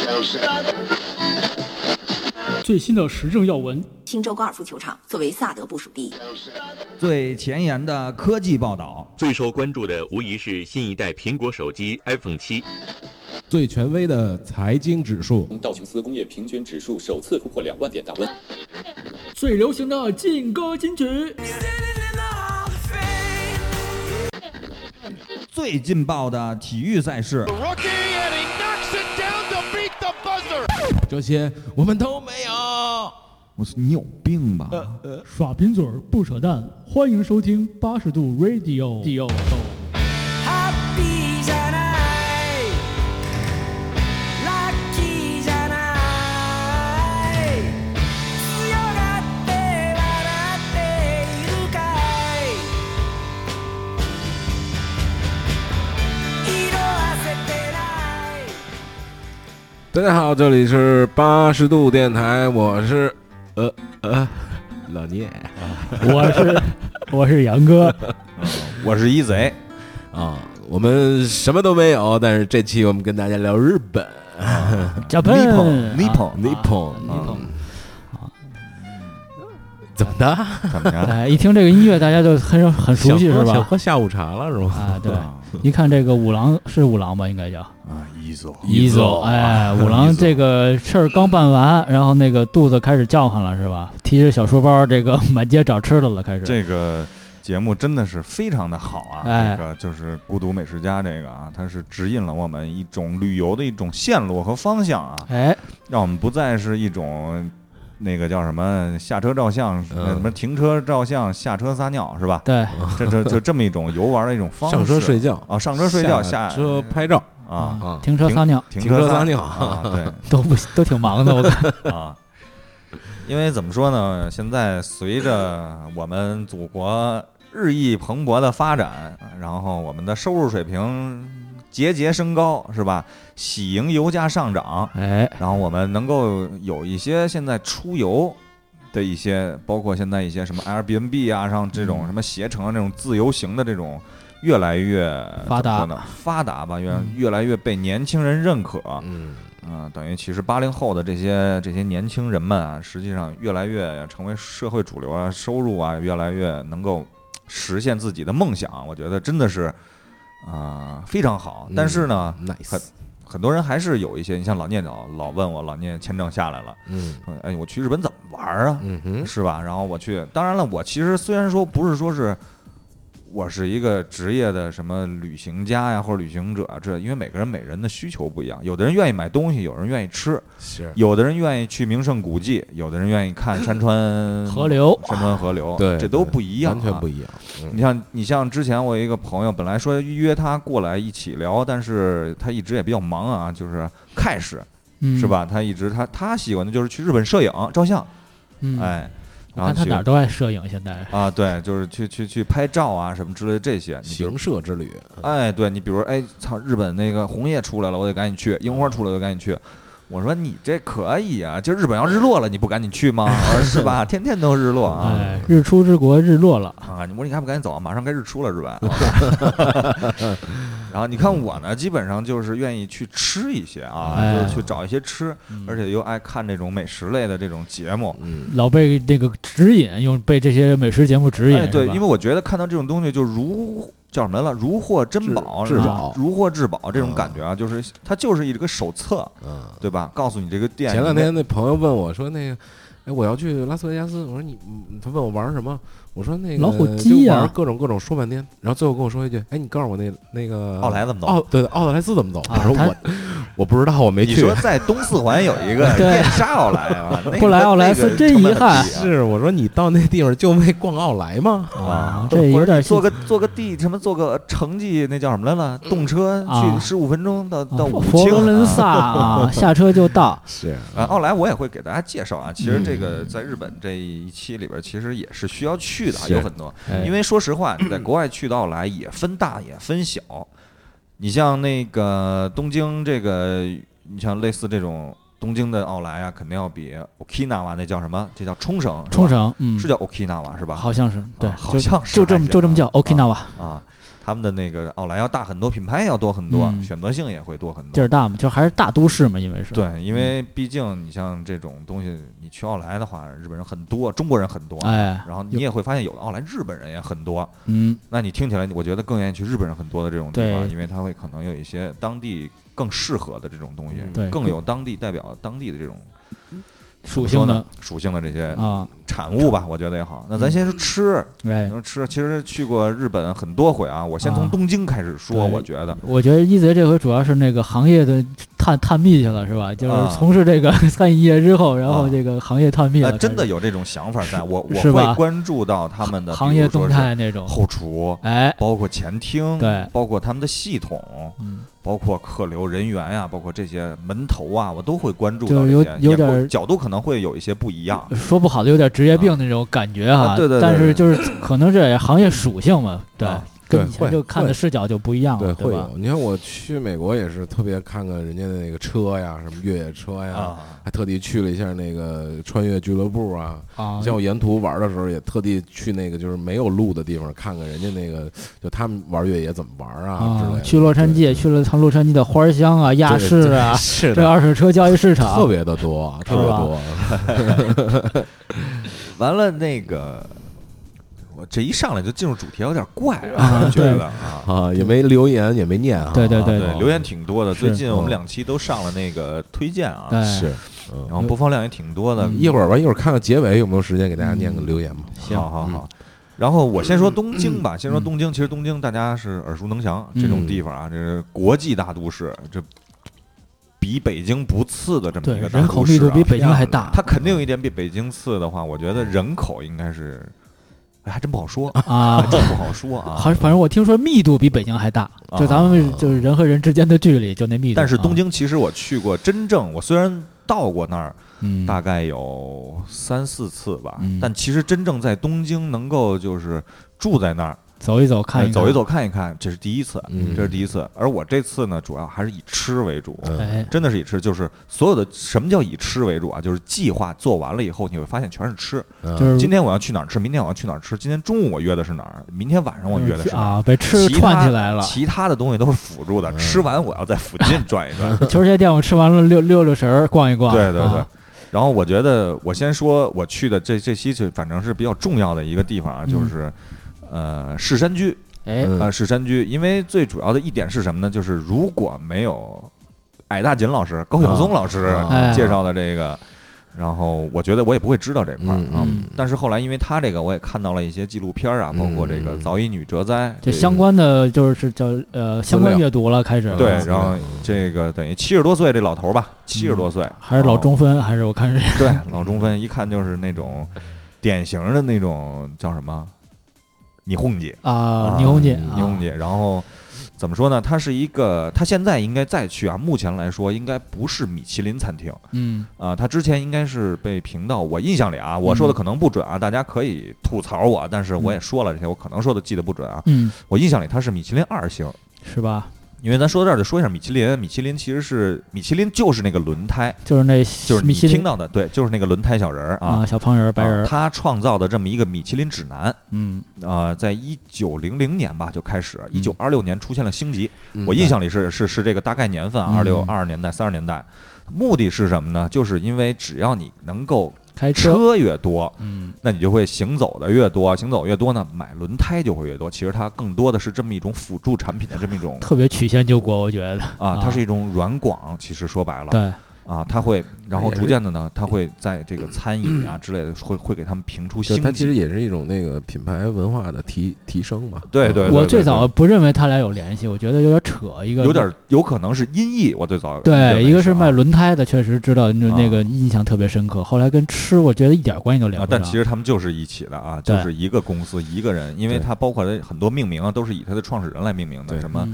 最新的时政要闻， 青州高尔夫球场作为萨德部署地， 最前沿的科技报道， 最受关注的无疑是新一代苹果手机 iPhone 7， 最权威的财经指数， 道琼斯工业平均指数首次突破2万点大关， 最流行的劲歌金曲， 最劲爆的体育赛事， 这些我们都没有。 我说你有病吧？ 耍贫嘴不扯淡，欢迎收听80度 Radio。 大家好，这里是80度电台，我是老聂， 我是杨哥， 我是一贼啊。我们什么都没有，但是这期我们跟大家聊日本 ，Nippon， 怎么的？ 怎么样？ 哎，一听这个音乐，大家就很熟悉是吧？ 想喝下午茶了是吧？ 啊，对。一看这个五郎是五郎吧，应该叫一走，哎，五郎这个事儿刚办完，然后那个肚子开始叫唤了是吧？提着小书包，这个满街找吃的了，开始。 这个节目真的是非常的好啊！ 哎， 这个就是孤独美食家这个啊，它是指引了我们一种旅游的一种线路和方向啊， 哎， 让我们不再是一种那个叫什么下车照相，什么停车照相，下车撒尿是吧？ 对， 就这么一种游玩的一种方式。 上车睡觉啊，上车睡觉，下车拍照啊， 停车撒尿， 停车撒尿啊，对， 都挺忙的，我看啊。因为怎么说呢？现在随着我们祖国日益蓬勃的发展，然后我们的收入水平节节升高，是吧？喜迎油价上涨， 哎， 然后我们能够有一些现在出游的一些，包括现在一些什么 Airbnb 啊，像这种什么携程这种自由行的这种越来越发达吧，越来越被年轻人认可。等于其实80后的这些年轻人们啊，实际上越来越成为社会主流啊，收入啊越来越能够实现自己的梦想，我觉得真的是非常好。但是呢，很多人还是有一些，你像老聂老问我，老聂签证下来了，说哎，我去日本怎么玩啊？是吧？然后我去，当然了，我其实虽然说不是说是我是一个职业的什么旅行家呀，或者旅行者，因为每个人每人的需求不一样，有的人愿意买东西，有人愿意吃，有的人愿意去名胜古迹，有的人愿意看山川河流， 对， 这都不一样， 完全不一样。你像之前我有一个朋友，本来说约他过来一起聊，但是他一直也比较忙啊，就是开始，是吧？他一直他喜欢的就是去日本摄影照相，哎。然后他哪儿都爱摄影，现在啊，对，就是去拍照啊什么之类的这些行摄之旅。 哎，对你比如日本那个红叶出来了，我得赶紧去；樱花出来我得赶紧去。我说你这可以啊，就日本要日落了，你不赶紧去吗？是吧？天天都日落啊！ 哎，日出之国日落了啊！我说你还不赶紧走啊？马上该日出了，日本。然后你看我呢，基本上就是愿意去吃一些啊，就是去找一些吃，而且又爱看这种美食类的这种节目， 老被那个指引，被这些美食节目指引。 哎，对，因为我觉得看到这种东西就叫什么了？如获珍宝，如获至宝这种感觉啊，就是它就是一个手册，对吧？告诉你这个店。 前2天那朋友问我说那个，哎，我要去拉斯维加斯，我说他问我玩什么？我说那个老虎机呀，各种说半天，然后最后跟我说一句，哎，你告诉我那个奥莱怎么走？ 对，奥特莱斯怎么走？我说我不知道，我没去。 你说在东四环有一个电沙奥莱啊， 不来奥莱斯真遗憾。 是，我说你到那地方就为逛奥莱吗？ 这有点坐个城际那叫什么来了？动车去15分钟到武清佛罗伦萨啊，下车就到。 是奥莱我也会给大家介绍啊。其实这个在日本这一期里边，其实也是需要去的，有很多。因为说实话，你在国外去到奥莱也分大也分小。你像那个东京这个，你像类似这种东京的奥莱啊，肯定要比 Okinawa 那叫什么？这叫冲绳。是叫 Okinawa 是吧？ 好像是，对， 好像是， 就这么叫 Okinawa 啊。 他们的那个奥莱要大很多，品牌要多很多，选择性也会多很多。 劲儿大嘛，就还是大都市嘛，因为是对，因为毕竟你像这种东西，你去奥莱的话，日本人很多，中国人很多，然后你也会发现有的奥莱日本人也很多，那你听起来，我觉得更愿意去日本人很多的这种地方，因为它会可能有一些当地更适合的这种东西，更有当地代表当地的这种。属性的这些产物吧，我觉得也好。那咱先说吃，吃其实去过日本很多回啊。我先从东京开始说，我觉得一贼这回主要是那个行业的探秘去了，是吧？就是从事这个餐饮业之后，然后这个行业探秘了。 真的有这种想法在，我会关注到他们的行业动态那种后厨，包括前厅， 对， 包括他们的系统，包括客流人员呀，包括这些门头啊，我都会关注到这些， 有点角度可能会有一些不一样， 说不好的有点职业病那种感觉哈。 对， 但是就是可能这行业属性嘛，对。跟以前就看的视角就不一样了， 对吧？你看我去美国也是特别看看人家的那个车呀，什么越野车呀，还特地去了一下那个穿越俱乐部啊。像我沿途玩的时候也特地去那个就是没有路的地方看看人家那个就他们玩越野怎么玩啊之类的。 去洛杉矶也去了趟洛杉矶的花香啊、亚市啊，这二手车交易市场特别的多，特别多。 完了那个。我这一上来就进入主题有点怪啊，觉得也没留言也没念啊， 对， 留言挺多的。最近我们2期都上了那个推荐啊， 是， 然后播放量也挺多的。 一会儿看看结尾有没有时间给大家念个留言嘛？ 好。然后我先说东京吧，其实东京大家是耳熟能详这种地方啊，这是国际大都市，这。比北京不次的这么一个大都市， 人口密度比北京还大， 它肯定有一点比北京次的话，我觉得人口应该是。还真不好说啊，真不好说啊。 反正我听说密度比北京还大，就咱们就是人和人之间的距离，就那密度。 但是东京其实我去过，我虽然到过那儿，大概有3-4次吧，但其实真正在东京能够就是住在那儿。 走一走看一看，这是第一次，而我这次呢，主要还是以吃为主，真的是以吃，就是所有的什么叫以吃为主啊？就是计划做完了以后，你会发现全是吃。就是今天我要去哪儿吃，明天我要去哪儿吃，今天中午我约的是哪儿，明天晚上我约的是哪儿啊？被吃串起来了， 其他的东西都是辅助的。吃完我要在附近转一转， 球鞋店我吃完了溜神逛一逛。 对。然后我觉得我先说我去的这期反正是比较重要的一个地方啊，就是市山居。市山居，因为最主要的一点是什么呢？就是如果没有矮大紧老师、高晓松老师介绍的这个，然后我觉得我也不会知道这块啊。但是后来因为他这个，我也看到了一些纪录片啊，包括这个早乙女哲哉， 这相关的就是叫相关阅读了，开始对，然后这个等于70多岁这老头吧，70多岁还是老中分，还是我看是对老中分，一看就是那种典型的那种叫什么？霓虹街啊，霓虹街， 然后怎么说呢？它是一个，它现在应该再去啊。目前来说，应该不是米其林餐厅。它之前应该是被评到，我印象里啊，我说的可能不准啊，大家可以吐槽我，但是我也说了这些，我可能说的记得不准啊。我印象里它是米其林2星， 是吧？ 因为咱说到这儿就说一下米其林其实是米其林就是那个轮胎， 就是你听到的，对，就是那个轮胎小人啊， 小胖人白人， 他创造的这么一个米其林指南，在1900年吧就开始，1926年出现了星级，我印象里是这个大概年份，22年代30年代，目的是什么呢？就是因为只要你能够开车越多，那你就会行走的越多，行走越多呢，买轮胎就会越多。其实它更多的是这么一种辅助产品的这么一种特别曲线救国，我觉得它是一种软广。其实说白了， 对它会，然后逐渐的呢，它会在这个餐饮啊之类的，会给他们评出星级。 它其实也是一种那个品牌文化的提升嘛。 对， 我最早不认为他俩有联系，我觉得有点扯， 有可能是音译。我最早对，一个是卖轮胎的，确实知道那个印象特别深刻。后来跟吃，我觉得一点关系都连不上。 但其实他们就是一起的啊，就是一个公司一个人，因为它包括的很多命名啊，都是以它的创始人来命名的，什么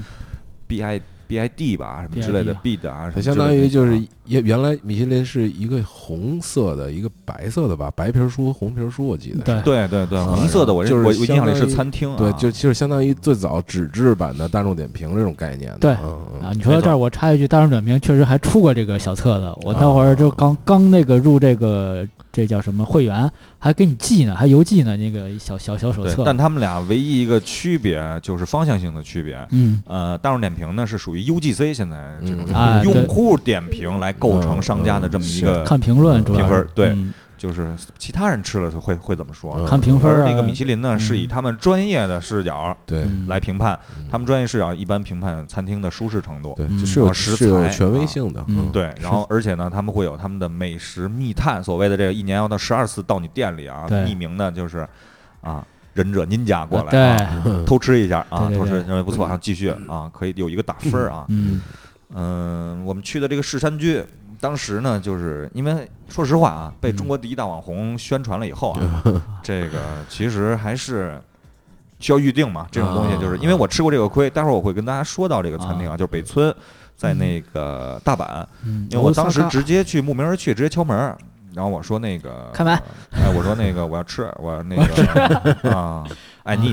BID 吧，什么之类的 BID 啊， 相当于就是原来米其林是一个红色的，一个白色的吧，白皮书、红皮书，我记得。 对，红色的我印象里是餐厅， 对，就是相当于最早纸质版的大众点评这种概念。 对你说到这儿，我插一句，大众点评确实还出过这个小册子，我那会儿就刚那个入这个这叫什么会员，还给你寄呢，还邮寄呢，那个小手册。 但他们俩唯一一个区别就是方向性的区别。大众点评呢是属于 UGC 现在这种用户点评来构成商家的这么一个看评论评分，对。就是其他人吃了会怎么说？ 看评分。 那个米其林呢，是以他们专业的视角来评判，他们专业视角一般评判餐厅的舒适程度， 对，是有权威性的， 对。然后而且呢，他们会有他们的美食密探，所谓的这个1年要到12次到你店里啊，匿名的，就是忍者nin家过来偷吃一下啊，偷吃认为不错，然后继续啊，可以有一个打分啊。我们去的这个市山居。当时呢，就是因为说实话啊，被中国第一大网红宣传了以后啊，这个其实还是需要预定嘛。这种东西就是因为我吃过这个亏，待会儿我会跟大家说到这个餐厅啊，就是北村，在那个大阪，因为我当时直接去慕名而去，直接敲门，然后我说那个开门， 我说那个我要吃，我要那个I need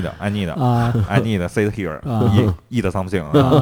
sit here eat something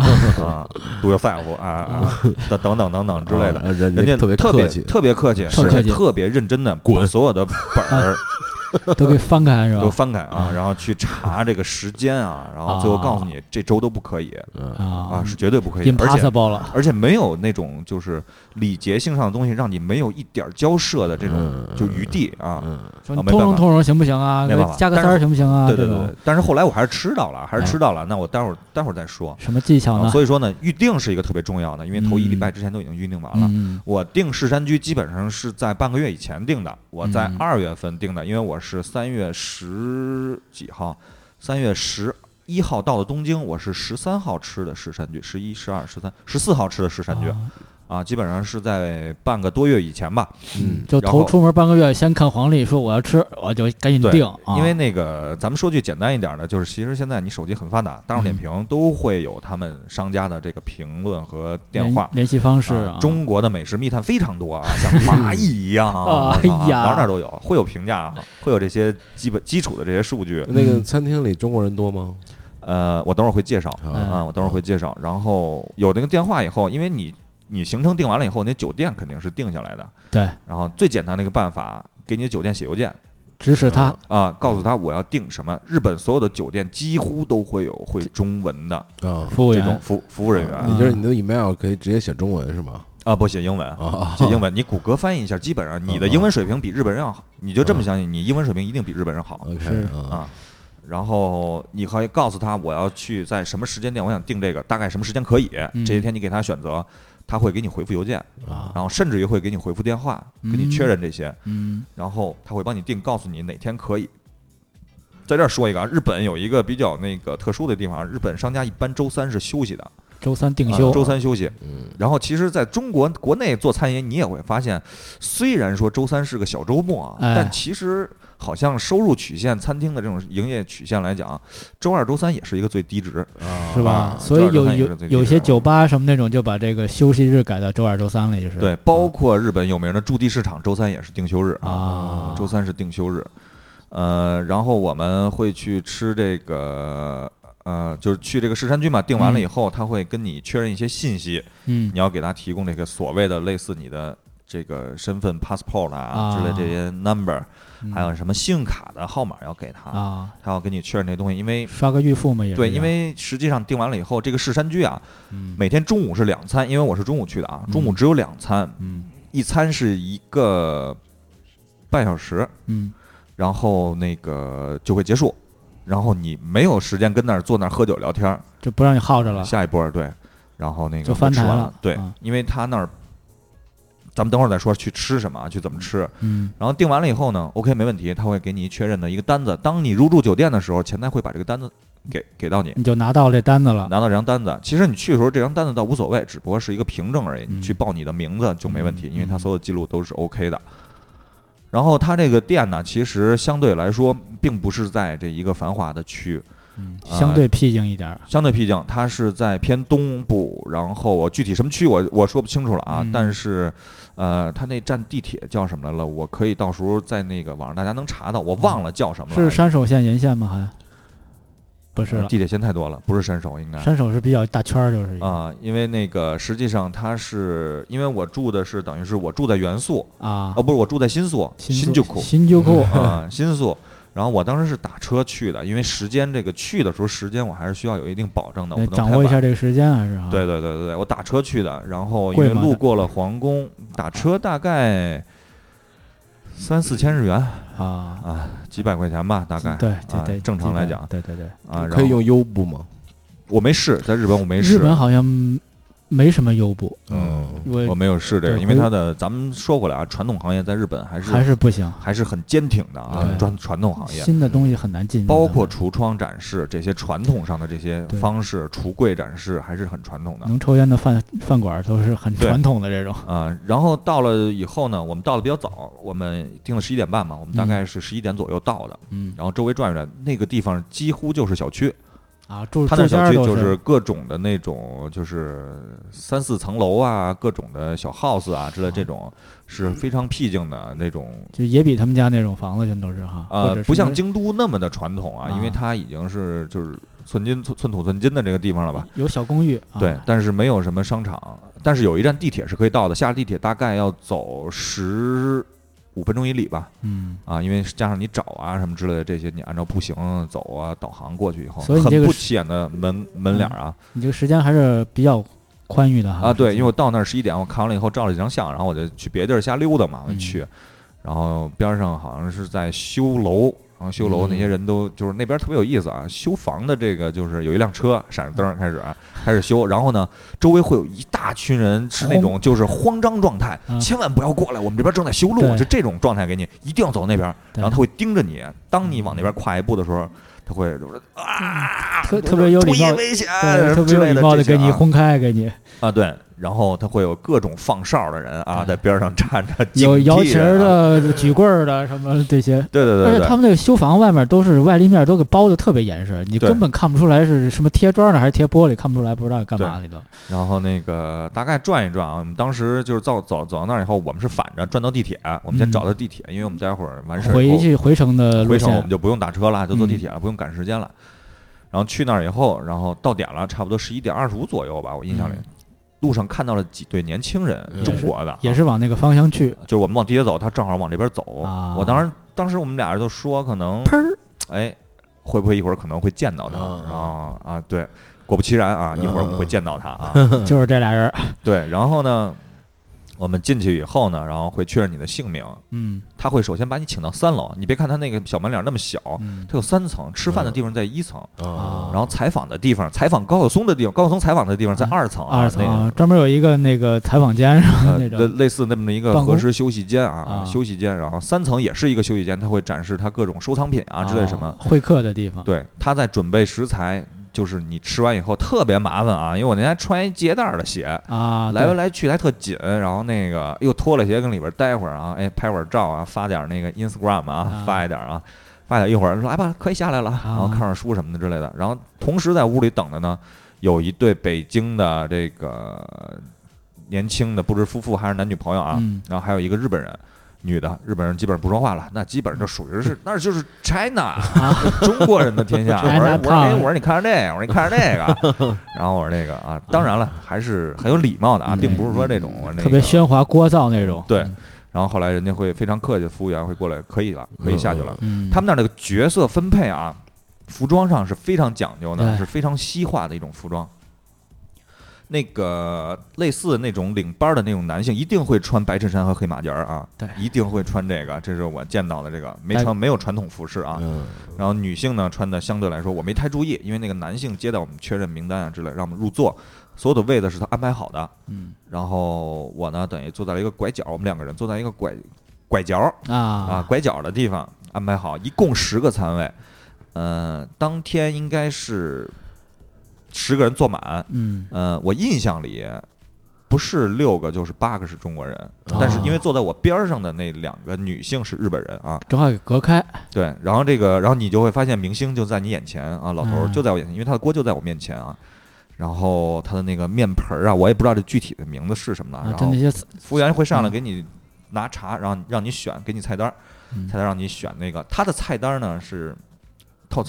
do yourself 等等之类的，人家特别客气，是特别认真的把所有的本儿都给翻开是吧？ 都翻开啊，然后去查这个时间啊，然后最后告诉你这周都不可以是绝对不可以，而且没有那种就是礼节性上的东西，让你没有一点交涉的这种就余地啊。 通融行不行啊？加个3行不行啊？ 对。但是后来我还是吃到了，那我待会儿再说。 什么技巧呢？ 所以说呢，预定是一个特别重要的，因为头1礼拜之前都已经预定完了。我订市山居基本上是在半个月以前订的，我在2月份订的，因为我是3月10几号，3月11号到的东京，我是13号吃的市山居，11、12、13、14号吃的市山居。基本上是在半个多月以前吧。 就出门半个月，先看黄历，说我要吃，我就赶紧订。 因为那个，咱们说句简单一点的，就是其实现在你手机很发达，大众点评都会有他们商家的这个评论和电话联系方式。 中国的美食密探非常多啊，像蚂蚁一样哪都有，会有评价，会有这些基础的这些数据。 那个餐厅里中国人多吗？ 我等会儿会介绍然后有那个电话以后，因为你行程定完了以后，那酒店肯定是定下来的。 对。然后最简单的一个办法，给你的酒店写邮件， 指使他告诉他我要订什么。日本所有的酒店几乎都会有会中文的服务员， 这种服务人员。 你就是你的 email 可以直接写中文是吗？ 不写英文写英文，你谷歌翻译一下，基本上你的英文水平比日本人要好，你就这么相信，你英文水平一定比日本人好。 是然后你可以告诉他我要去在什么时间点，我想订这个，大概什么时间可以。这些天你给他选择。他会给你回复邮件然后甚至于会给你回复电话，跟你确认这些。然后他会帮你定，告诉你哪天可以。在这儿说一个日本有一个比较那个特殊的地方，日本商家一般周3是休息的， 周3定休， 周3休息。然后其实在中国国内做餐饮，你也会发现，虽然说周3是个小周末但其实好像收入曲线，餐厅的这种营业曲线来讲，周2、周3也是一个最低值， 是吧？所以有些酒吧什么那种就把这个休息日改到周2、周3了，就是对。包括日本有名的筑地市场，周3也是定休日周3是定休日。然后我们会去吃这个就是去这个市山居嘛，订完了以后，他会跟你确认一些信息，你要给他提供这个所谓的类似你的这个身份 passport 之类这些 number，还有什么信用卡的号码要给他他要跟你确认这东西，因为刷个预付嘛也是。 对，因为实际上订完了以后，这个市山居每天中午是2餐，因为我是中午去的中午只有2餐，一餐是1个半小时，然后那个就会结束，然后你没有时间跟那儿坐那儿喝酒聊天， 就不让你耗着了。 下一波对，然后那个就翻台了。 对，因为他那儿，咱们等会儿再说去吃什么，去怎么吃。然后订完了以后呢 ，OK 没问题，他会给你确认的一个单子。当你入住酒店的时候，前台会把这个单子给到你， 你就拿到这单子了， 拿到这张单子。其实你去的时候，这张单子倒无所谓，只不过是一个凭证而已。你去报你的名字就没问题，因为他所有记录都是 OK 的。然后它这个店呢，其实相对来说并不是在这一个繁华的区， 相对僻静一点。 相对僻静，它是在偏东部。然后我具体什么区我说不清楚了但是它那站地铁叫什么来了？我可以到时候在那个网上大家能查到，我忘了叫什么了。 是山手线沿线吗？ 不是地铁线太多了，不是山手应该。 山手是比较大圈就是因为那个实际上它是因为我住的是等于是我住在原宿不是我住在新宿新宿新宿。然后我当时是打车去的，因为时间这个去的时候时间我还是需要有一定保证的，我不能掌握一下这个时间还是对，我打车去的，然后因为路过了皇宫，打车大概3-4千日元几百块钱吧，大概对， 正常来讲， 对可以用优步吗？ 我没试，在日本我没试， 日本好像没什么优步， 我没有试这个，因为咱们说过了传统行业在日本还是不行，还是很坚挺的传统行业， 新的东西很难进， 包括橱窗展示这些传统上的这些方式，橱柜展示还是很传统的。 能抽烟的饭馆都是很传统的这种然后到了以后呢，我们到的比较早，我们定了11点半嘛，我们大概是11点左右到的，然后周围转一转，那个地方几乎就是小区。他那小区就是各种的那种，就是3-4层楼各种的小 house 之类，这种是非常僻静的那种， 就也比他们家那种房子全都是不像京都那么的传统因为它已经是就是寸土寸金的这个地方了吧， 有小公寓对，但是没有什么商场，但是有一站地铁是可以到的，下了地铁大概要走15分钟以里吧，因为加上你找什么之类的这些，你按照步行走导航过去以后， 所以很不起眼的门脸你这个时间还是比较宽裕的对，因为我到那儿11点，我看完了以后照了几张相，然后我就去别地儿瞎溜达嘛，我去，然后边上好像是在修楼。然后修楼那些人都就是那边特别有意思修房的这个就是有一辆车闪着灯开始修，然后呢周围会有一大群人是那种就是慌张状态，千万不要过来，我们这边正在修路，就这种状态给你，一定要走那边，然后他会盯着你，当你往那边跨一步的时候，他会特别有礼貌， 危险， 特别有礼貌的给你轰开，给你对。然后他会有各种放哨的人在边上站着， 有摇旗的、举棍的什么这些。 对。 而且他们那个修房外面都是外立面都给包的特别严实，你根本看不出来是什么贴砖的还是贴玻璃，看不出来，不知道干嘛里头。 然后那个大概转一转我们当时就是走到那儿以后，我们是反着转到地铁，我们先找到地铁，因为我们待会儿完事回程的路线， 我们就不用打车了，就坐地铁了，不用赶时间了。然后去那儿以后，然后到点了，差不多11点25左右吧，我印象里。路上看到了几对年轻人，中国的也是往那个方向去， 就是我们往地铁走，他正好往这边走。我当时我们俩人都说可能会不会一会儿可能会见到他对，果不其然一会儿我们会见到他就是这俩人。 对，然后呢我们进去以后呢，然后会确认你的姓名，他会首先把你请到3楼，你别看他那个小门脸那么小，他有3层，吃饭的地方在1层，然后采访的地方，采访高晓松的地方，高晓松采访的地方在2层， 专门有一个那个采访间，那种类似那么一个合适休息间休息间，然后3层也是一个休息间，他会展示他各种收藏品之类什么会客的地方， 对，他在准备食材。就是你吃完以后特别麻烦因为我那天穿一结带的鞋来来去还特紧，然后那个又脱了鞋跟里边待会儿拍会儿照发点那个 Instagram 发一点一会儿说来吧可以下来了，然后看会儿书什么的之类的。然后同时在屋里等的呢，有一对北京的这个年轻的不知夫妇还是男女朋友然后还有一个日本人。女的，日本人基本上不说话了，那基本上就属于是，那就是 China 中国人的天下。我说你看着这个，我说你看着这个，然后我说这个当然了，还是很有礼貌的并不是说这种特别喧哗聒噪那种。 对，然后后来人家会非常客气的服务员会过来，可以了，可以下去了。他们那儿的角色分配服装上是非常讲究的，是非常西化的一种服装。那个类似那种领班的那种男性一定会穿白衬衫和黑马甲对， 一定会穿这个，这是我见到的这个没有传统服饰然后女性呢穿的相对来说我没太注意，因为那个男性接待我们确认名单之类，让我们入座，所有的位子是他安排好的然后我呢等于坐在了一个拐角，我们2个人坐在一个拐角拐角的地方安排好，一共10个餐位，当天应该是10个人坐满，我印象里不是6个就是8个是中国人，但是因为坐在我边上的那2个女性是日本人正好给隔开。 对，然后你就会发现明星就在你眼前老头就在我眼前，因为他的锅就在我面前然后他的那个面盆我也不知道这具体的名字是什么然后服务员会上来给你拿茶，然后让你选，给你菜单让你选那个他的菜单呢是套餐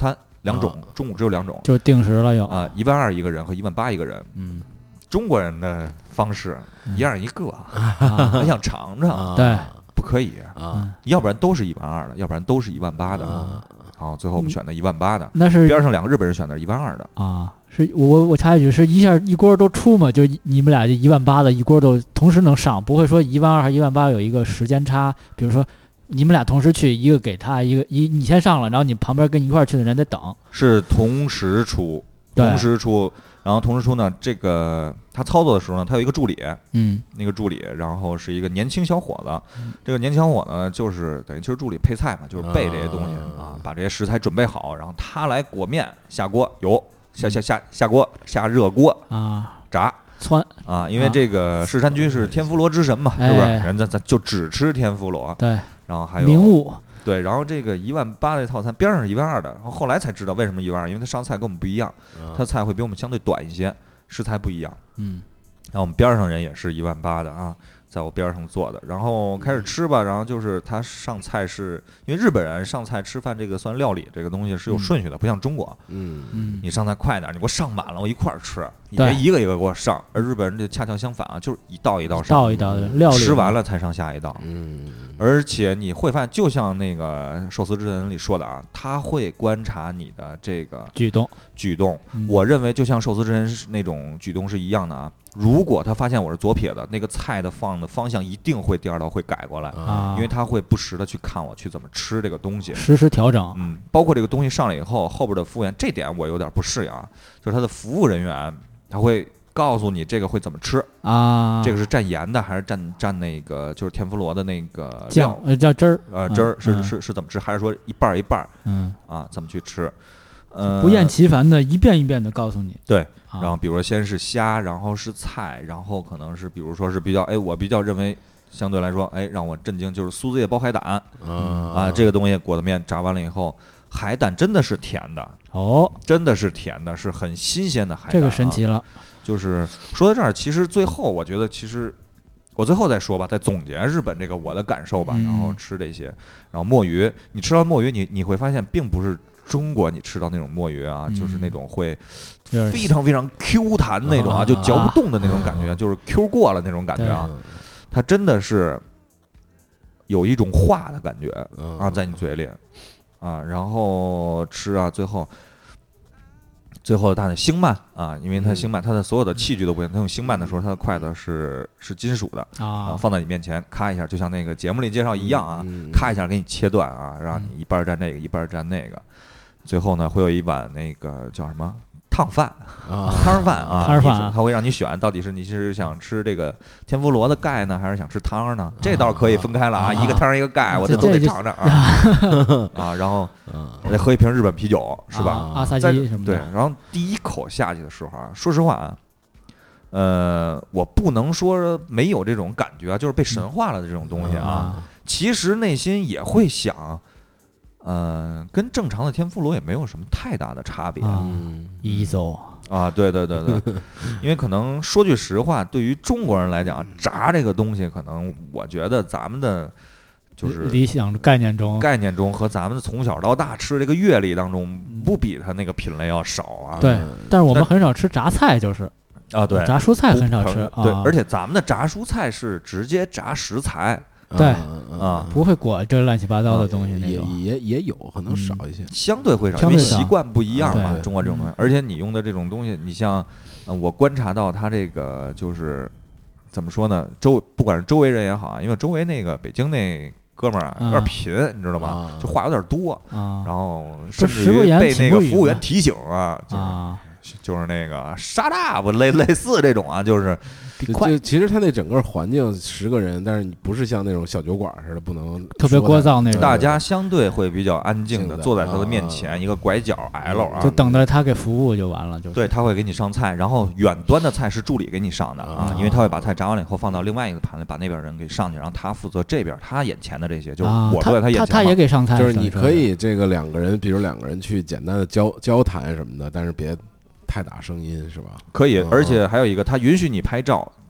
2种，中午只有2种， 就定时了又啊，12000一个人和18000一个人。中国人的方式一样一个，还想尝尝， 对， 不可以啊，要不然都是12000的，要不然都是18000的。好，最后我们选的18000的， 那是边上2个日本人选的是12000的啊。是我插一句，是一下一锅都出嘛？就你们俩这18000的一锅都同时能上，不会说12000和18000有一个时间差，比如说你们俩同时去，一个给他你先上了，然后你旁边跟你一块去的人得等， 是同时出，然后同时出呢，这个他操作的时候呢，他有一个助理，那个助理，然后是一个年轻小伙子，这个年轻小伙子呢，就是等于就是助理配菜嘛，就是备这些东西啊，把这些食材准备好，然后他来裹面、下锅油、下锅、下热锅啊，炸窜啊，因为这个市山居是天妇罗之神嘛，是不是？人咱就只吃天妇罗， 对， 然后还有名物。 对，然后这个18000的套餐边上是12000的，然后后来才知道为什么12000，因为他上菜跟我们不一样，他菜会比我们相对短一些，食材不一样。然后我们边上人也是18000的啊，在我边上做的，然后开始吃吧，然后就是他上菜是因为日本人上菜吃饭这个算料理这个东西是有顺序的，不像中国，你上菜快点，你给我上满了我一块儿吃，你别一个一个给我上，而日本人就恰恰相反啊，就是一道一道上， 道一道的料理， 吃完了才上下一道。而且你会发现，就像那个寿司之神里说的啊，他会观察你的这个举动。我认为就像寿司之神那种举动是一样的啊。如果他发现我是左撇的，那个菜的放的方向一定会第2道会改过来，因为他会不时的去看我去怎么吃这个东西， 实时调整。 包括这个东西上来以后，后边的服务员这点我有点不适应啊，就是他的服务人员他会告诉你这个会怎么吃啊？这个是蘸盐的还是蘸那个就是天妇罗的那个酱叫汁儿汁儿是怎么吃？还是说一半一半？怎么去吃？ 不厌其烦的一遍一遍的告诉你。 对，然后比如说先是虾，然后是菜，然后可能是比如说是比较我比较认为相对来说让我震惊就是苏子叶包海胆这个东西裹的面炸完了以后。海胆真的是甜的真的是甜的，是很新鲜的海胆， 这个神奇了。 就是说到这儿，其实最后我觉得，其实我最后再说吧，再总结日本这个我的感受吧。然后吃这些，然后墨鱼，你吃到墨鱼，你会发现，并不是中国你吃到那种墨鱼啊，就是那种会非常非常 Q 弹那种啊，就嚼不动的那种感觉，就是 Q 过了那种感觉啊。它真的是有一种化的感觉啊，在你嘴里。然后吃啊，最后它的星鳗啊，因为它星鳗，它的所有的器具都不一样。它用星鳗的时候，它的筷子是金属的放在你面前，咔一下，就像那个节目里介绍一样啊，咔一下给你切断啊，让你一半蘸这个，一半蘸那个。最后呢，会有一碗那个叫什么？汤饭汤饭啊，它会让你选，到底是你是想吃这个天妇罗的盖呢，还是想吃汤呢？这倒可以分开了啊，一个汤一个盖，我这都得尝尝啊然后再喝一瓶日本啤酒是吧？ 阿萨基什么的。 对，然后第一口下去的时候啊，说实话啊，我不能说没有这种感觉啊，就是被神化了的这种东西啊，其实内心也会想。跟正常的天妇罗也没有什么太大的差别。对，因为可能说句实话，对于中国人来讲，炸这个东西，可能我觉得咱们的就是理想概念中和咱们从小到大吃这个阅历当中，不比它那个品类要少啊。 对，但是我们很少吃榨菜，就是对， 炸蔬菜很少吃。 对，而且咱们的炸蔬菜是直接炸食材。 对不会裹这乱七八糟的东西那种， 也有可能少一些， 相对会少，因为习惯不一样嘛。中国这种东西，而且你用的这种东西，你像我观察到它这个就是怎么说呢？不管是周围人也好啊，因为周围那个北京那哥们儿有点贫，你知道吗？就话有点多然后甚至于被那个服务员提醒就是那个shut up类似这种啊，就是其实他那整个环境10个人，但是你不是像那种小酒馆似的，不能特别聒噪那种。 大家相对会比较安静的坐在他的面前，一个拐角 L 啊， 就等着他给服务就完了。 对，他会给你上菜，然后远端的菜是助理给你上的啊，因为他会把菜炸完了以后放到另外一个盘里，把那边人给上去，然后他负责这边他眼前的这些，就是我坐在他眼前， 他也给上菜， 就是你可以这个2个人，比如2个人去简单的交谈什么的，但是别太大声音是吧？ 可以，而且还有一个，他允许你拍照，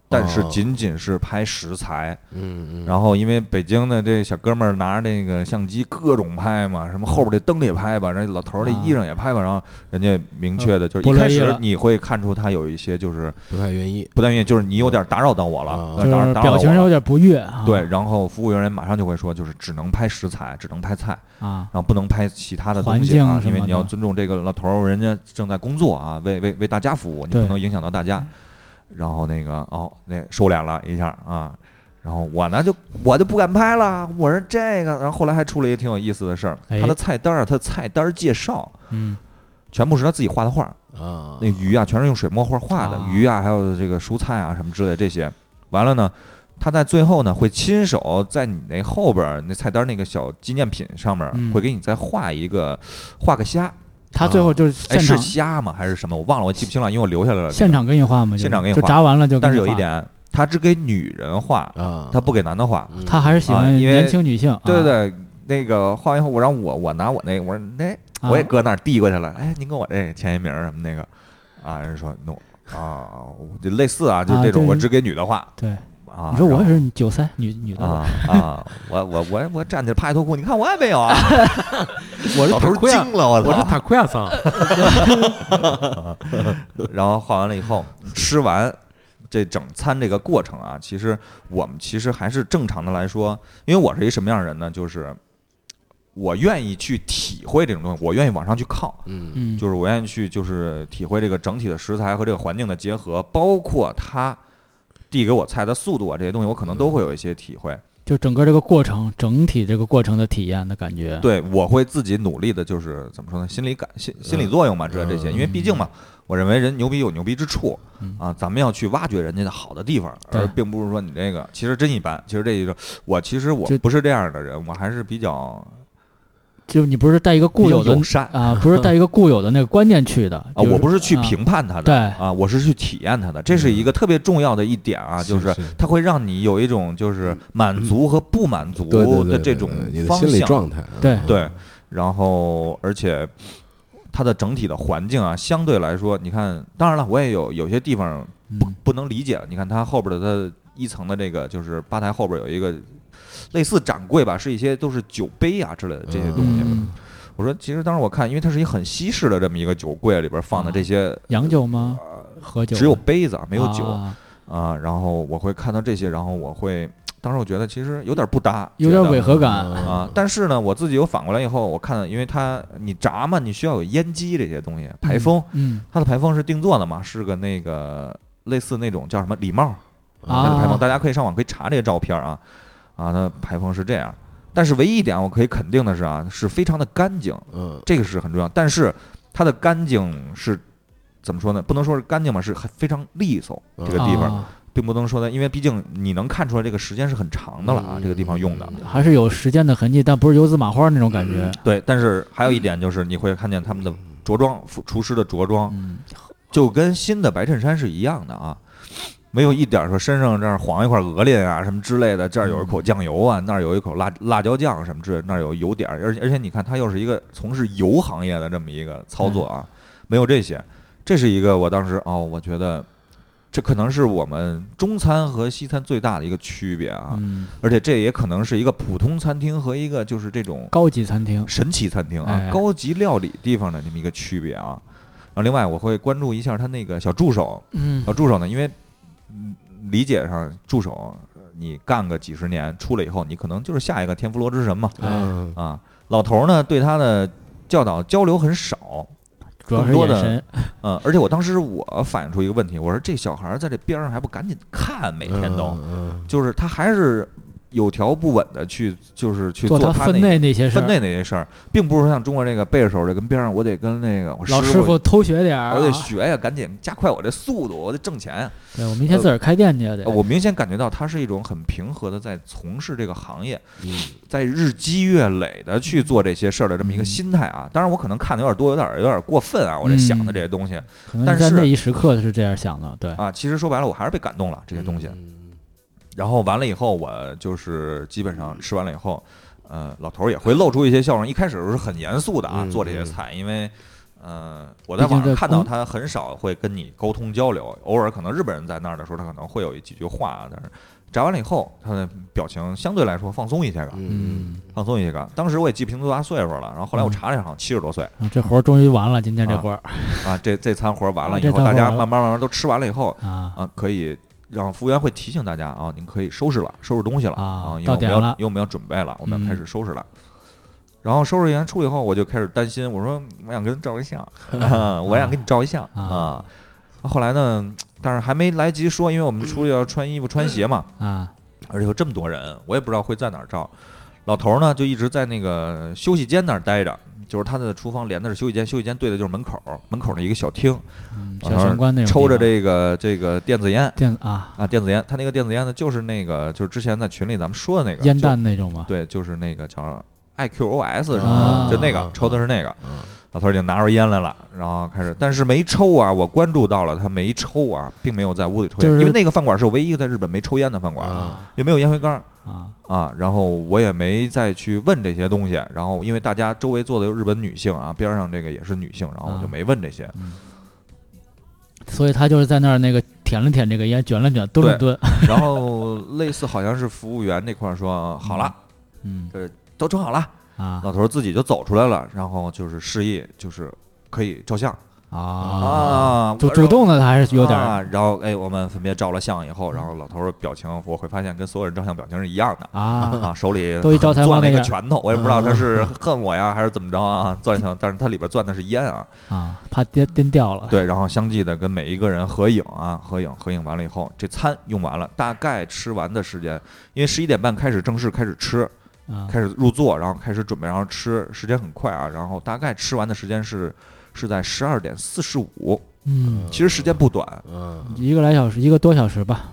但是仅仅是拍食材。然后因为北京的这小哥们儿拿着那个相机各种拍嘛，什么后边的灯也拍吧，然后老头的衣裳也拍吧，然后人家明确的就是一开始你会看出他有一些就是不太愿意， 就是你有点打扰到我了， 就是表情有点不悦。 对，然后服务员马上就会说，就是只能拍食材，只能拍菜啊， 然后不能拍其他的东西啊，因为你要尊重这个老头儿，人家正在工作啊，为大家服务，你不能影响到大家。然后那个那收敛了一下啊，然后我就不敢拍了，我说这个，然后后来还出了一个挺有意思的事儿，他的菜单啊，他的菜单介绍，全部是他自己画的画啊，那鱼啊全是用水墨画的，鱼啊还有这个蔬菜啊什么之类的这些，完了呢。他在最后呢，会亲手在你那后边那菜单那个小纪念品上面，会给你再画个虾。 他最后就是现场是虾吗？还是什么？我忘了，我记不清了，因为我留下来了。 现场给你画吗？ 现场给你画， 就炸完了就。 但是有一点，他只给女人画，他不给男的画。 他还是喜欢年轻女性。 对对，那个画完以后，我让我拿我那个，我说我也搁那儿递过去了。哎，您跟我这签一名什么那个啊？人说 no 啊，就类似啊，就这种，我只给女的画。 对。你说我也是93女的我站起来拍一脱裤，你看我也没有啊， 我这头惊了，我是塔库亚桑。 然后画完了以后，吃完这整餐这个过程啊，其实我们还是正常的来说，因为我是一什么样的人呢？就是我愿意去体会这种东西，我愿意往上去靠，就是我愿意去就是体会这个整体的食材和这个环境的结合，包括它。递给我菜的速度啊，这些东西我可能都会有一些体会。 就整个这个过程，整体这个过程的体验的感觉。 对，我会自己努力的，就是怎么说呢，心理作用嘛，之类这些。因为毕竟嘛，我认为人牛逼有牛逼之处啊，咱们要去挖掘人家的好的地方，而并不是说你这个其实真一般。其实这一个我不是这样的人，我还是比较。 就你不是带一个固有的不是带一个固有的那个观念去的啊，我不是去评判他的，对啊，我是去体验他的，这是一个特别重要的一点啊，就是它会让你有一种就是满足和不满足的这种方向心理状态， 对，然后而且它的整体的环境啊，相对来说，你看，当然了，我也有些地方不能理解，你看它后边的它一层的这个就是吧台后边有一个。类似展柜吧，是一些都是酒杯啊之类的这些东西。我说，其实当时我看，因为它是一个很西式的这么一个酒柜，里边放的这些洋酒吗？喝酒只有杯子，没有酒啊。然后我会看到这些，然后当时我觉得其实有点不搭， 有点违和感啊。但是呢，我自己又反过来以后，我看，因为你炸嘛，你需要有烟机这些东西，排风，它的排风是定做的嘛，是个那个类似那种叫什么礼帽它的排风，大家可以上网可以查这些照片啊。它排风是这样，但是唯一一点我可以肯定的是啊，是非常的干净，这个是很重要。但是它的干净是怎么说呢？不能说是干净嘛，是非常利索。这个地方并不能说的，因为毕竟你能看出来这个时间是很长的了啊，这个地方用的还是有时间的痕迹，但不是油渍马花那种感觉。 对，但是还有一点就是你会看见他们的着装，厨师的着装，就跟新的白衬衫是一样的啊。没有一点说身上这儿晃一块鹅裢啊什么之类的，这儿有一口酱油啊，那儿有一口辣椒酱什么之类的，那儿有油点，而且你看他又是一个从事油行业的这么一个操作啊，没有这些，这是一个我当时我觉得这可能是我们中餐和西餐最大的一个区别啊，而且这也可能是一个普通餐厅和一个就是这种高级餐厅、 神奇餐厅啊、高级料理地方的这么一个区别啊。然后另外我会关注一下他那个小助手，小助手呢，因为理解上助手你干个几十年出来以后，你可能就是下一个天妇罗之神嘛，老头呢对他的教导交流很少， 主要是眼神， 而且我当时我反映出一个问题，我说这小孩在这边上还不赶紧看，每天都，就是他还是有条不紊的去做他分内那些事儿，并不是说像中国这个背着手这跟边上，我得跟那个我老师傅偷学点， 我得学呀，赶紧加快我这速度，我得挣钱。 对，我明天自个儿开店去得。 我明显感觉到他是一种很平和的在从事这个行业，在日积月累的去做这些事儿的这么一个心态啊。当然，我可能看的有点多，有点过分啊，我这想的这些东西。 但是在那一时刻是这样想的，对啊。其实说白了，我还是被感动了这些东西。然后完了以后，我就是基本上吃完了以后，老头也会露出一些笑容。一开始是很严肃的啊，做这些菜，因为我在网上看到他很少会跟你沟通交流，偶尔可能日本人在那儿的时候，他可能会有几句话，但是炸完了以后，他的表情相对来说放松一些个，放松一些个。当时我也记不清多大岁数了，然后后来我查了一下，好像70多岁。 这活终于完了，今天这活啊，这餐活完了以后，大家慢慢都吃完了以后可以让服务员会提醒大家啊，您可以收拾东西了啊，因为我们要准备了，我们要开始收拾了。然后收拾完出以后，我就开始担心，我说我想跟他照一相，我想跟你照一相啊。后来呢，但是还没来及说，因为我们出去要穿衣服穿鞋嘛，而且有这么多人，我也不知道会在哪儿照。老头呢就一直在那个休息间那儿待着，就是他的厨房连的是休息间，休息间对的就是门口的一个小厅， 小玄关那种， 抽着这个电子烟， 电子烟，他那个电子烟呢就是那个就是之前在群里咱们说的那个烟弹那种吗？ 对，就是那个叫IQOS 什么，就那个抽的是那个。老头已经拿出烟来了，然后开始，但是没抽啊。我关注到了他没抽啊，并没有在屋里抽烟，因为那个饭馆是唯一在日本没抽烟的饭馆，也没有烟灰缸然后我也没再去问这些东西，然后因为大家周围坐的有日本女性啊，边上这个也是女性，然后我就没问这些。 所以他就是在那儿那个舔了舔这个烟，卷了卷，蹲了蹲， 然后类似好像是服务员那块说好了，都蒸好了。老头自己就走出来了，然后就是示意，就是可以照相就主动的他还是有点然后我们分别照了相以后，然后老头的表情我会发现跟所有人照相表情是一样的手里都一招财猫攥了一个拳头，我也不知道他是恨我呀还是怎么着啊，攥上，但是他里边攥的是烟怕颠掉了。 对，然后相继的跟每一个人合影完了以后，这餐用完了，大概吃完的时间，因为11点半正式开始吃。开始入座，然后开始准备，然后吃，时间很快然后大概吃完的时间是在12点45，其实时间不短 ，1个来小时，1个多小时吧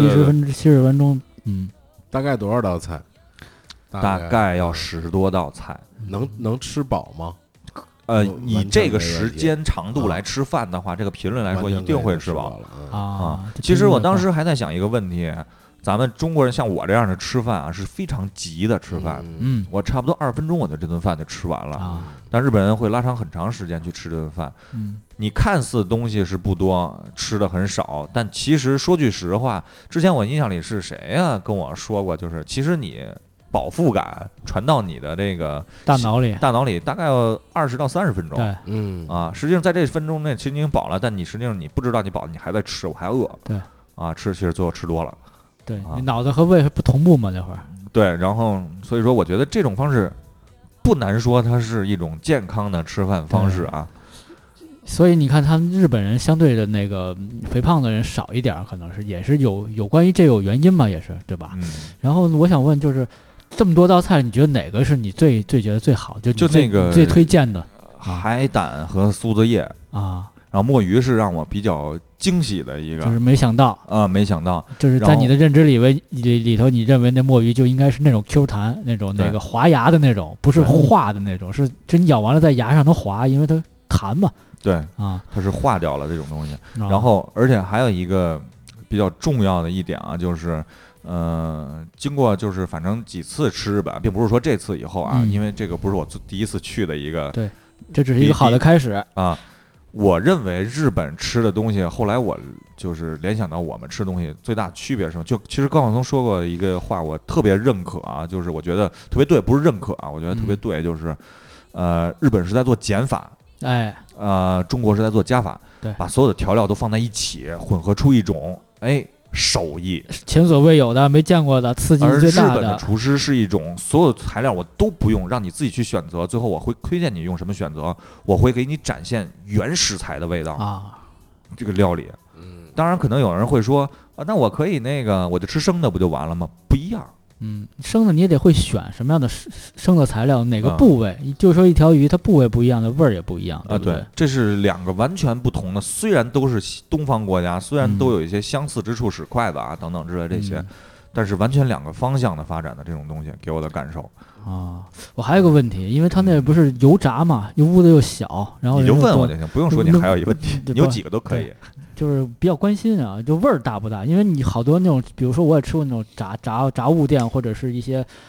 ，60-70分钟， 大概多少道菜？ 大概要10多道菜， 能吃饱吗？ 以这个时间长度来吃饭的话，这个频率来说一定会吃饱其实我当时还在想一个问题。咱们中国人像我这样的吃饭是非常急的吃饭，我差不多20分钟我就这顿饭就吃完了但日本人会拉长很长时间去吃这顿饭。你看似东西是不多，吃的很少，但其实说句实话，之前我印象里是谁呀跟我说过，就是其实你饱腹感传到你的这个大脑里大概要20到30分钟。 对， 实际上在这分钟内其实你已经饱了，但你实际上你不知道你饱，你还在吃，我还饿。 对， 吃其实最后吃多了。 对，你脑子和胃不同步嘛，那会儿。 对，然后所以说，我觉得这种方式不难说它是一种健康的吃饭方式所以你看，他们日本人相对的那个肥胖的人少一点，可能是也是有关于这有原因嘛，也是对吧？然后我想问，就是这么多道菜，你觉得哪个是你最觉得最好？就那个最推荐的海胆和苏子叶然后墨鱼是让我比较惊喜的一个， 就是没想到，就是在你的认知里头，你认为那墨鱼就应该是那种 Q 弹那种那个滑牙的那种，不是化的那种，是真咬完了在牙上能滑，因为它弹嘛。 对它是化掉了这种东西。然后而且还有一个比较重要的一点就是经过就是反正几次吃日本，并不是说这次以后因为这个不是我第一次去的一个， 对，这只是一个好的开始我认为日本吃的东西，后来我就是联想到我们吃的东西最大区别是什么？就其实高晓松说过一个话，我特别认可就是我觉得特别对，不是认可我觉得特别对，就是日本是在做减法，中国是在做加法， 对， 把所有的调料都放在一起，混合出一种手艺， 前所未有的、没见过的、刺激最大的。 而日本的厨师是一种所有材料我都不用，让你自己去选择，最后我会推荐你用什么选择，我会给你展现原食材的味道这个料理。当然可能有人会说那我可以我就吃生的不就完了吗？不一样。 生的你也得会选什么样的生的材料，哪个部位，就是说一条鱼它部位不一样的味儿也不一样对不对？ 这是两个完全不同的，虽然都是东方国家，虽然都有一些相似之处，使筷子等等之类这些，但是完全两个方向的发展的这种东西给我的感受我还有个问题，因为它那不是油炸嘛，又屋子又小，然后你就问我就行，不用说你还有一问题，你有几个都可以。 就是比较关心就味儿大不大？因为你好多那种，比如说我也吃过那种炸物店，或者是一些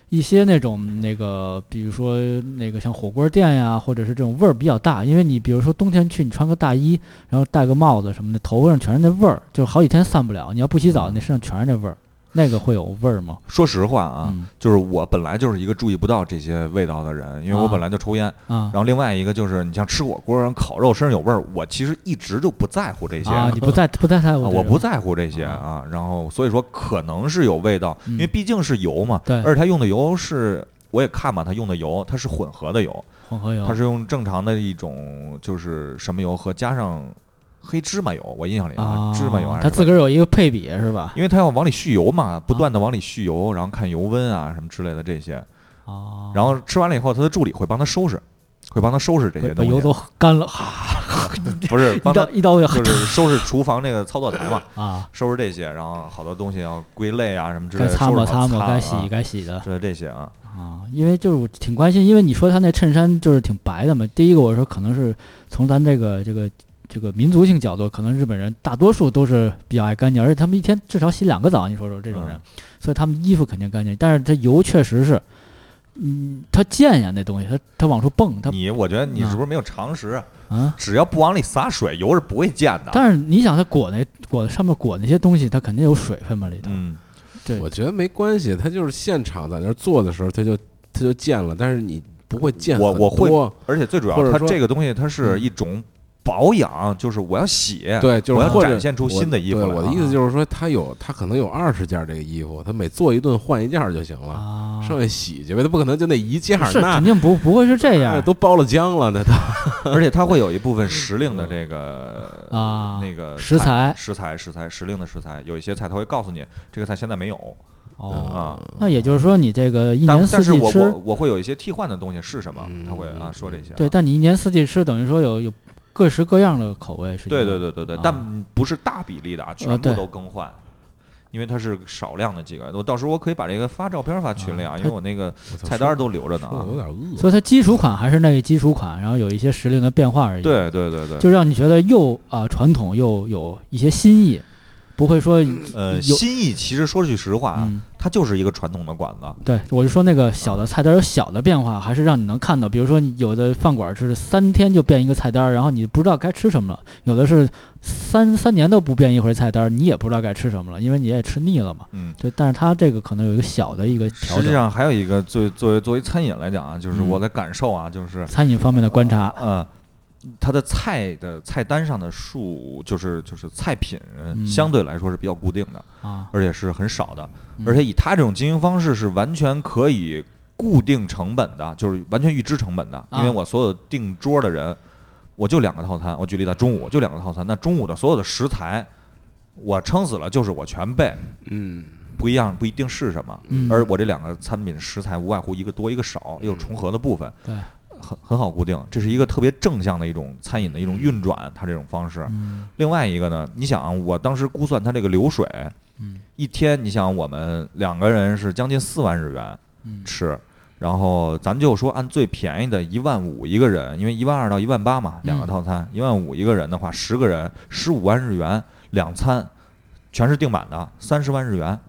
一些那种比如说那个像火锅店呀，或者是这种味儿比较大，因为你比如说冬天去，你穿个大衣，然后戴个帽子什么的，头上全是那味儿，就好几天散不了。你要不洗澡，那身上全是那味儿。那个会有味儿吗？ 说实话啊，就是我本来就是一个注意不到这些味道的人，因为我本来就抽烟。然后另外一个就是你像吃火锅、烤肉身上有味儿，我其实一直就不在乎这些。 你不在乎？ 我不在乎这些啊。然后所以说可能是有味道，因为毕竟是油嘛。 对。 而且它用的油是，我也看嘛，它用的油它是混合的油。 混合油。 它是用正常的一种就是什么油和加上黑芝麻油，我印象里芝麻油还是它自个儿有一个配比是吧？ 因为它要往里蓄油嘛，不断的往里蓄油，然后看油温啊什么之类的这些。然后吃完了以后，他的助理会帮他收拾这些东西。 把油都干了， 不是一刀就是收拾厨房那个操作台嘛，收拾这些，然后好多东西要归类啊什么之类的， 该擦抹，该洗的， 是这些啊。 因为就是我挺关心，因为你说他那衬衫就是挺白的嘛。第一个我说可能是从咱这个民族性角度，可能日本人大多数都是比较爱干净，而且他们一天至少洗2个澡，你说说这种人，所以他们衣服肯定干净。但是它油确实是，它溅呀那东西，它往出蹦。 我觉得你是不是没有常识啊？只要不往里洒水，油是不会溅的。 但是你想，它上面裹那些东西，它肯定有水分嘛里头。对， 我觉得没关系，它就是现场在那做的时候，它就溅了，但是你不会溅很多。 我会，而且最主要，它这个东西它是一种保养，就是我要洗， 对，就是我要展现出新的衣服来。 我的意思就是说，他可能有20件这个衣服，他每做一顿换1件就行了，剩下洗去呗，他不可能就那1件，那肯定不会是这样， 都包了浆了，那都。 而且它会有一部分时令的这个那个食材时令的食材，有一些菜它会告诉你这个菜现在没有。 那也就是说你这个一年四季吃， 我会有一些替换的东西是什么？他会说这些。 对，但你一年四季吃，等于说有各式各样的口味是。 对，但不是大比例的全部都更换，因为它是少量的几个。到时候我可以把这个发照片发群里因为我那个菜单都留着呢。 有点饿。 所以它基础款还是那个基础款，然后有一些时令的变化而已。 对， 就让你觉得又传统又有一些新意。不会说新意，其实说句实话它就是一个传统的馆子。 对，我是说那个小的菜单有小的变化，还是让你能看到。比如说有的饭馆是3天就变一个菜单，然后你不知道该吃什么了；有的是三年都不变一回菜单，你也不知道该吃什么了，因为你也吃腻了嘛。对，但是它这个可能有一个小的一个调整。 实际上还有一个作为餐饮来讲就是我的感受就是餐饮方面的观察。 它的菜单上的数就是菜品相对来说是比较固定的而且是很少的，而且以它这种经营方式是完全可以固定成本的，就是完全预支成本的。因为我所有订桌的人，我就2个套餐，我举例子，中午就2个套餐，那中午的所有的食材，我撑死了就是我全备，不一定是什么，而我这2个餐品食材无外乎一个多一个少，也有重合的部分。 对。 很好固定，这是一个特别正向的一种餐饮的一种运转，它这种方式。另外一个呢，你想我当时估算它这个流水，一天你想我们2个人是将近4万日元吃，然后咱就说按最便宜的15000一个人，因为12000到18000嘛，2个套餐15000一个人的话10个人15万日元2餐，全是订满的30万日元。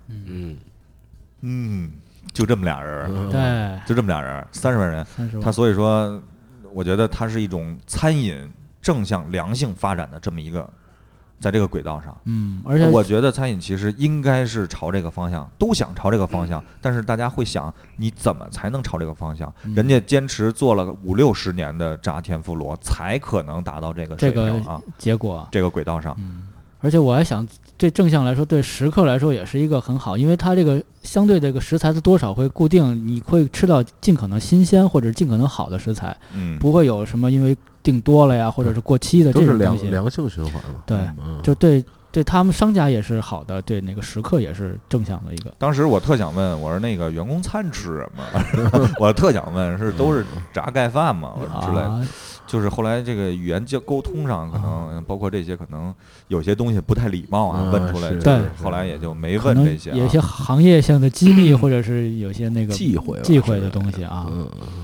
就这么俩人， 对， 就这么俩人，30万人，他所以说，我觉得它是一种餐饮正向良性发展的这么一个，在这个轨道上， 而且我觉得餐饮其实应该是朝这个方向，都想朝这个方向，但是大家会想，你怎么才能朝这个方向？人家坚持做了50-60年的炸天妇罗，才可能达到这个水平结果， 这个轨道上。 而且我还想，对正向来说，对食客来说也是一个很好，因为它这个相对这个食材的多少会固定，你会吃到尽可能新鲜或者尽可能好的食材，不会有什么因为订多了呀或者是过期的这种东西。 都是良性循环嘛。 对，就对他们商家也是好的，对那个食客也是正向的一个。 当时我特想问，我说那个员工餐吃什么？我特想问都是炸盖饭吗？之类的。就是后来这个语言沟通上，可能包括这些，可能有些东西不太礼貌问出来。 对， 后来也就没问这些。 有些行业性的机密，或者是有些那个忌讳的东西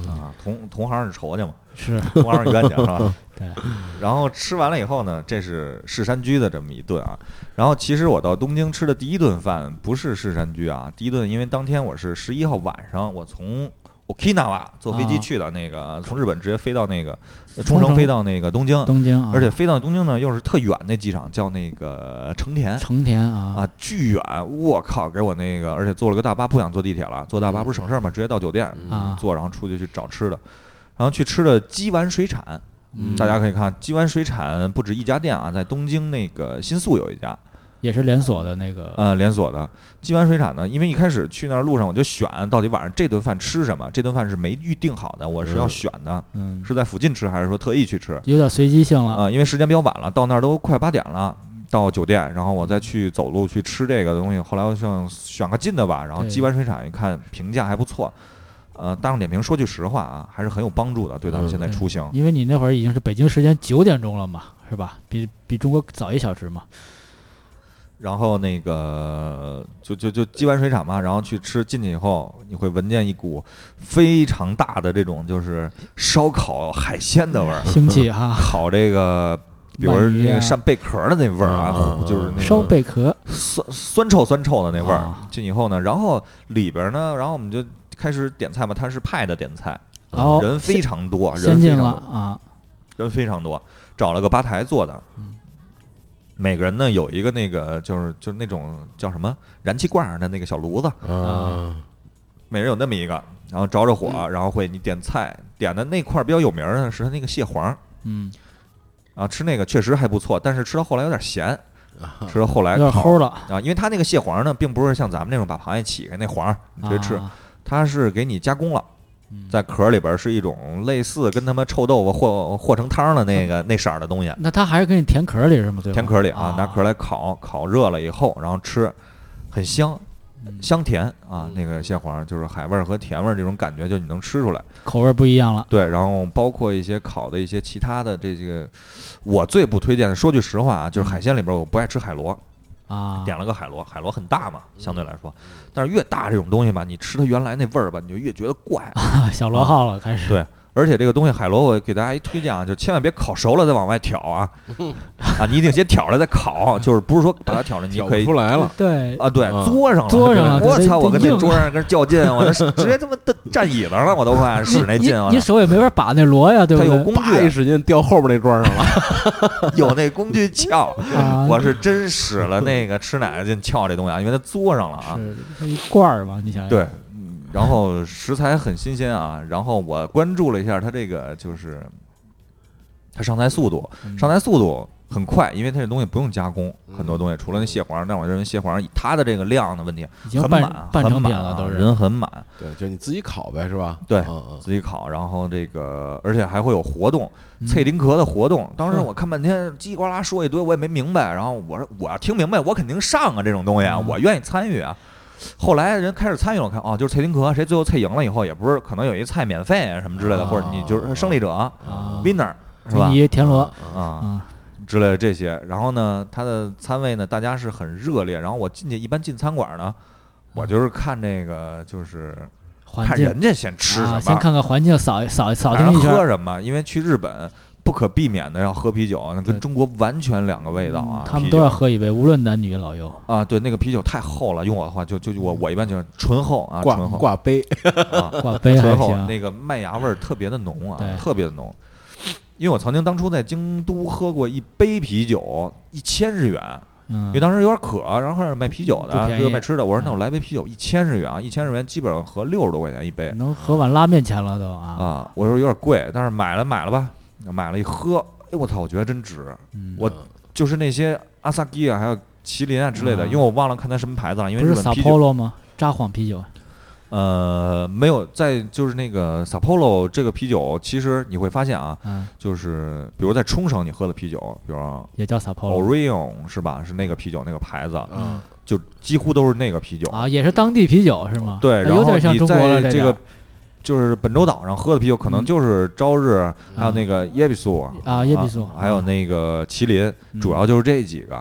同行是仇家嘛， 是同行是冤家是吧？ 对。 然后吃完了以后呢，这是市山居的这么一顿啊。然后其实我到东京吃的第一顿饭不是市山居啊，第一顿因为当天我是11号晚上，我从 Okinawa 坐飞机去的那个，从日本直接飞到那个冲绳，飞到那个东京，而且飞到东京呢又是特远那机场，叫那个成田啊，巨远，我靠，给我那个，而且坐了个大巴，不想坐地铁了，坐大巴不是省事儿吗？直接到酒店坐，然后出去找吃的，然后去吃的鸡丸水产。大家可以看鸡丸水产不止一家店啊，在东京那个新宿有一家， 也是连锁的那个连锁的鸡丸水产呢。因为一开始去那儿路上我就选到底晚上这顿饭吃什么，这顿饭是没预定好的，我是要选的，是在附近吃还是说特意去吃， 有点随机性了因为时间比较晚了，到那儿都快8点了，到酒店，然后我再去走路去吃这个东西。后来我想选个近的吧，然后鸡丸水产一看评价还不错。大众点评说句实话啊，还是很有帮助的，对咱们现在出行。 因为你那会儿已经是北京时间9点钟了嘛，是吧？比中国早1小时嘛。 然后那个就鸡丸水产嘛，然后去吃，进去以后你会闻见一股非常大的这种就是烧烤海鲜的味儿， 腥气哈， 烤这个。比如那个扇贝壳的那味儿啊，就是那个烧贝壳， 酸臭的那味儿。进以后呢，然后里边呢，然后我们就开始点菜嘛，它是派的点菜，人非常多， 先进了啊， 人非常多，找了个吧台坐的，每个人呢有一个那个就是那种叫什么燃气罐的那个小炉子每人有那么一个，然后着着火，然后会你点菜，点的那块比较有名的是它那个蟹黄，吃那个确实还不错，但是吃到后来有点咸，吃到后来有点齁了啊，因为它那个蟹黄呢，并不是像咱们那种把螃蟹起开那黄你直接吃，它是给你加工了，在壳里边是一种类似跟他们臭豆腐和成汤的那色儿的东西。 那它还是给你填壳里是吗？对， 填壳里啊，拿壳来烤热了以后，然后吃，很香。香甜啊，那个蟹黄就是海味和甜味这种感觉，就你能吃出来， 口味不一样了。 对，然后包括一些烤的一些其他的这个，我最不推荐的，说句实话啊，就是海鲜里边我不爱吃海螺啊，点了个海螺很大嘛，相对来说，但是越大这种东西吧，你吃它原来那味儿吧，你就越觉得怪， 小螺号了开始。 对。而且这个东西海螺，我给大家一推荐啊，就千万别烤熟了再往外挑啊！你一定先挑了再烤，就是不是说把它挑了，你可以出来了。 对啊，对，嘬上了，我操！我跟那桌上跟较劲，我直接他妈站椅子上了，我都快使那劲。 你手也没法把那螺呀，对不对？ 它有工具， 一使劲掉后边那桌上了， 有那工具撬。我是真使了那个吃奶的劲撬这东西啊，因为它嘬上了啊。 是一罐儿嘛，你想想。 对。然后食材很新鲜啊，然后我关注了一下它这个就是它上菜速度很快，因为它这东西不用加工，很多东西除了那蟹黄，但我认为蟹黄以它的这个量的问题很满， 半成品了都是人很满。 对，就你自己烤呗，是吧？ 对，自己烤，然后这个而且还会有活动，脆丁壳的活动。当时我看半天叽里呱啦说一堆，我也没明白。然后我说我要听明白，我肯定上啊，这种东西啊，我愿意参与啊。后来人开始参与了，我看就是脆丁壳，谁最后脆赢了以后，也不是可能有一菜免费什么之类的，或者你就是胜利者 winner 是吧？ 田螺之类的这些。然后呢，它的餐位呢，大家是很热烈。然后我一般进餐馆呢，我就是看这个就是看人家先吃什么， 先看看环境，扫听一下喝什么，因为去日本。不可避免的要喝啤酒，那跟中国完全两个味道啊！ 他们都要喝一杯，无论男女老幼啊。对，那个啤酒太厚了，用我的话就我一般就是醇厚啊，醇厚挂杯啊， 挂杯醇厚，那个麦芽味儿特别的浓啊，特别的浓。因为我曾经当初在京都喝过一杯啤酒1000日元，因为当时有点渴，然后卖啤酒的，又卖吃的，我说那我来杯啤酒1000日元啊，1000日元基本上合60多块钱一杯， 能喝碗拉面钱了都啊！ 我说有点贵，但是买了吧。买了一喝，哎我操，我觉得真值。我就是那些阿萨基啊，还有麒麟啊之类的，因为我忘了看它什么牌子了。因为日本啤酒不是 Sapporo 吗？札幌啤酒。 没有，就是那个 Sapporo 这个啤酒，其实你会发现啊，就是比如在冲绳你喝的啤酒，比如也叫 Sapporo，Orion 是吧？是那个啤酒那个牌子，就几乎都是那个啤酒啊，也是当地啤酒是吗？ 对，然后有点像中国的这个。就是本州岛上喝的啤酒，可能就是朝日，还有那个耶比素啊，耶比素， 还有那个麒麟，主要就是这几个。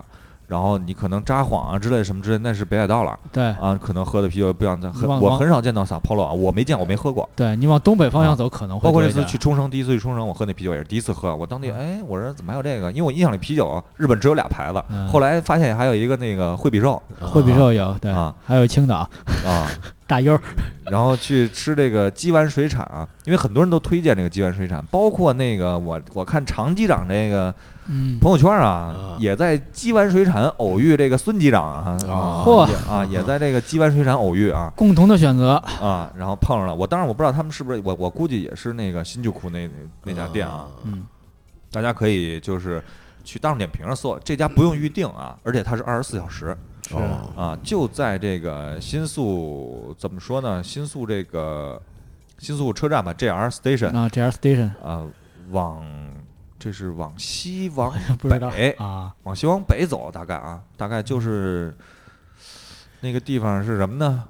然后你可能札幌啊之类什么之类，那是北海道了。 对啊，可能喝的啤酒不一样。我很少见到撒泡洛啊，我没见过，没喝过。 对你往东北方向走可能会。 包括这次去冲绳，第一次去冲绳，我喝那啤酒也是第一次喝。我当地我说怎么还有这个？因为我印象里啤酒日本只有2牌子，后来发现还有一个那个惠比寿， 惠比寿有对啊， 还有青岛啊大优。 然后去吃这个鸡丸水产啊，因为很多人都推荐这个鸡丸水产，包括那个我看常机长这个朋友圈啊，也在鸡丸水产偶遇这个孙机长啊，也在这个鸡丸水产偶遇啊， 共同的选择啊，然后碰上了。当然我不知道他们是不是我估计也是那个新旧库那家店啊，大家可以就是去大众点评上搜，这家不用预定啊，而且它是24小时。啊，就在这个新宿怎么说呢？新宿车站吧 ，JR Station 啊 ，JR Station 啊，这是往西往北啊， 往西往北走，大概就是那个地方是什么呢？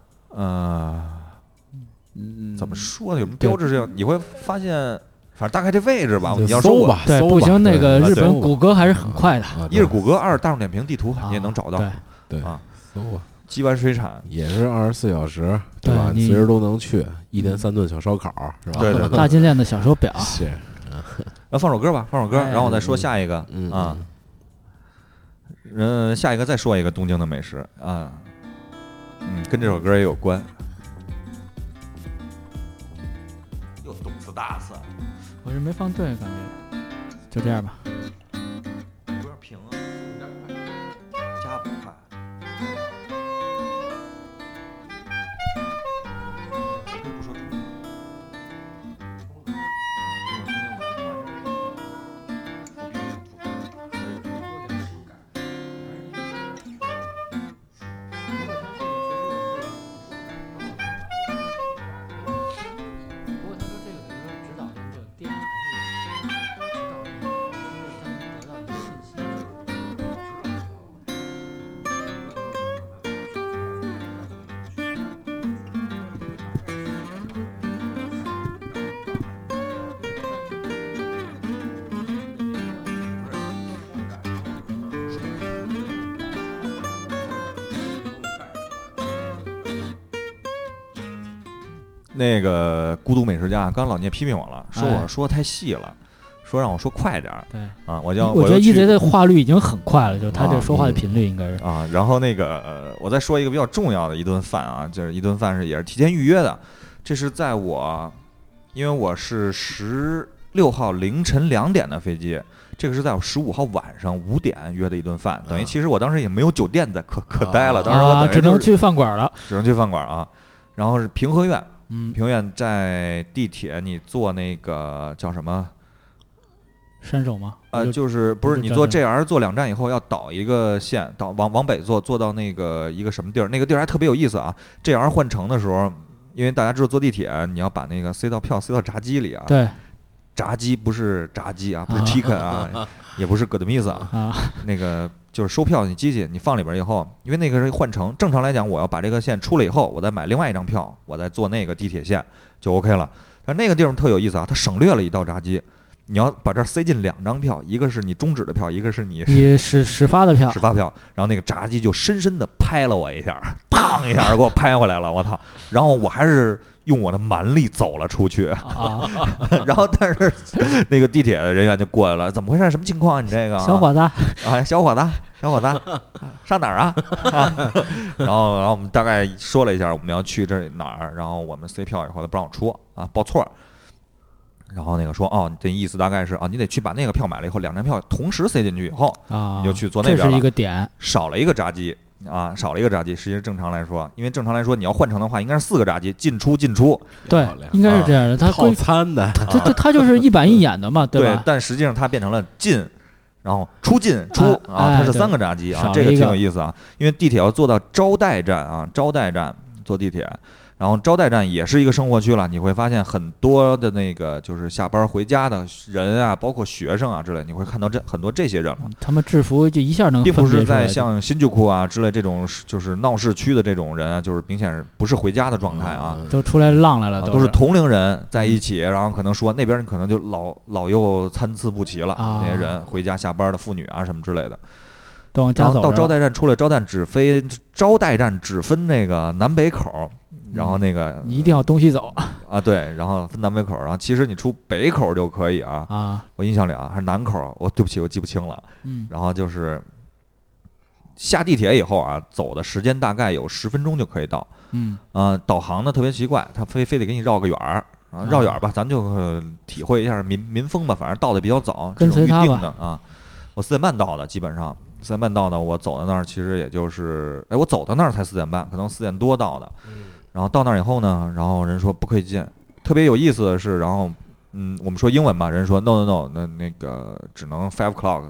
怎么说呢？有什么标志性？你会发现，反正大概这位置吧。你要搜吧， 对，不行，那个日本谷歌还是很快的。 一是谷歌，二大众点评地图你也能找到。 对啊， 搜吧。 鸡丸水产也是24小时，对吧？随时都能去，1天3顿小烧烤，是吧？ 对， 大金链的小手表。 是。 那放首歌吧，然后我再说下一个啊。下一个再说一个东京的美食啊，跟这首歌也有关。又动次打次， 我是没放对，感觉就这样吧。 有点平啊，有点快，加不快。那个孤独美食家，刚老聂批评我了，说我说太细了，说让我说快点儿。 对啊，我觉得一贼的话率已经很快了，就是他这说话的频率应该是啊。然后那个我再说一个比较重要的一顿饭啊，就是一顿饭也是提前预约的，这是在因为我是16号凌晨2点的飞机，这个是在我15号晚上5点约的一顿饭，等于其实我当时也没有酒店的可待了，当时我等于只能去饭馆了， 只能去饭馆啊。然后是平和苑。平和苑在地铁，你坐那个叫什么？ 山手吗？ 就是不是你坐 JR 坐2站以后要倒一个线，往北坐到那个一个什么地儿？那个地儿还特别有意思啊。JR 换乘的时候，因为大家知道坐地铁你要把那个票塞到闸机里啊。 对， 闸机不是炸鸡啊，不是 chicken 啊，也不是葛德米斯啊，那个。就是收票，你机器你放里边以后，因为那个是换乘，正常来讲，我要把这个线出了以后，我再买另外一张票，我再坐那个地铁线就 OK 了。但那个地方特有意思啊，它省略了一道闸机，你要把这儿塞进2张票，一个是你终止的票，一个是你始发的票， 然后那个闸机就深深的拍了我一下，砰一下给我拍回来了，我操！然后我还是用我的蛮力走了出去然后但是那个地铁的人员就过来了，怎么回事？什么情况啊？你这个小伙子啊，小伙子，上哪儿啊？然后我们大概说了一下我们要去这哪儿，然后我们塞票以后他不让我出啊，报错。然后那个说这意思大概是你得去把那个票买了以后2张票同时塞进去以后你就去坐那边了。 这是一个点， 少了一个闸机。少了一个闸机，实际上正常来说，因为正常来说你要换乘的话，应该是4个闸机进出。 对，应该是这样的。它套餐的， 它就是一板一眼的嘛， 对吧？ 但实际上它变成了进，然后出它是3个闸机啊，这个挺有意思啊。因为地铁要坐到招待站坐地铁。然后招待站也是一个生活区了，你会发现很多的那个就是下班回家的人啊，包括学生啊之类，你会看到很多这些人了。 他们制服就一下能并不是在像新旧库啊之类这种就是闹市区的这种人啊，就是明显不是回家的状态啊， 都出来浪来了， 都是同龄人在一起，然后可能说那边可能就老幼参差不齐了，那些人回家下班的妇女啊什么之类的。 都往家走。 到招待站出来，招待站只分那个南北口，然后那个你一定要东西走啊，对，然后分南北口，然后其实你出北口就可以啊。我印象里还是南口，对不起，我记不清了。然后就是下地铁以后走的时间大概有10分钟就可以到。导航呢特别奇怪，他非得给你绕个远儿。绕远吧，咱就体会一下民风吧。反正到的比较早， 跟随他吧啊。我4点半到的，基本上4点半到的。我走到那儿，其实也就是，我走到那儿才4点半，可能4点多到的。然后到那儿以后呢，然后人说不可以进。特别有意思的是，然后我们说英文嘛，人说 no， 那个只能5 o'clock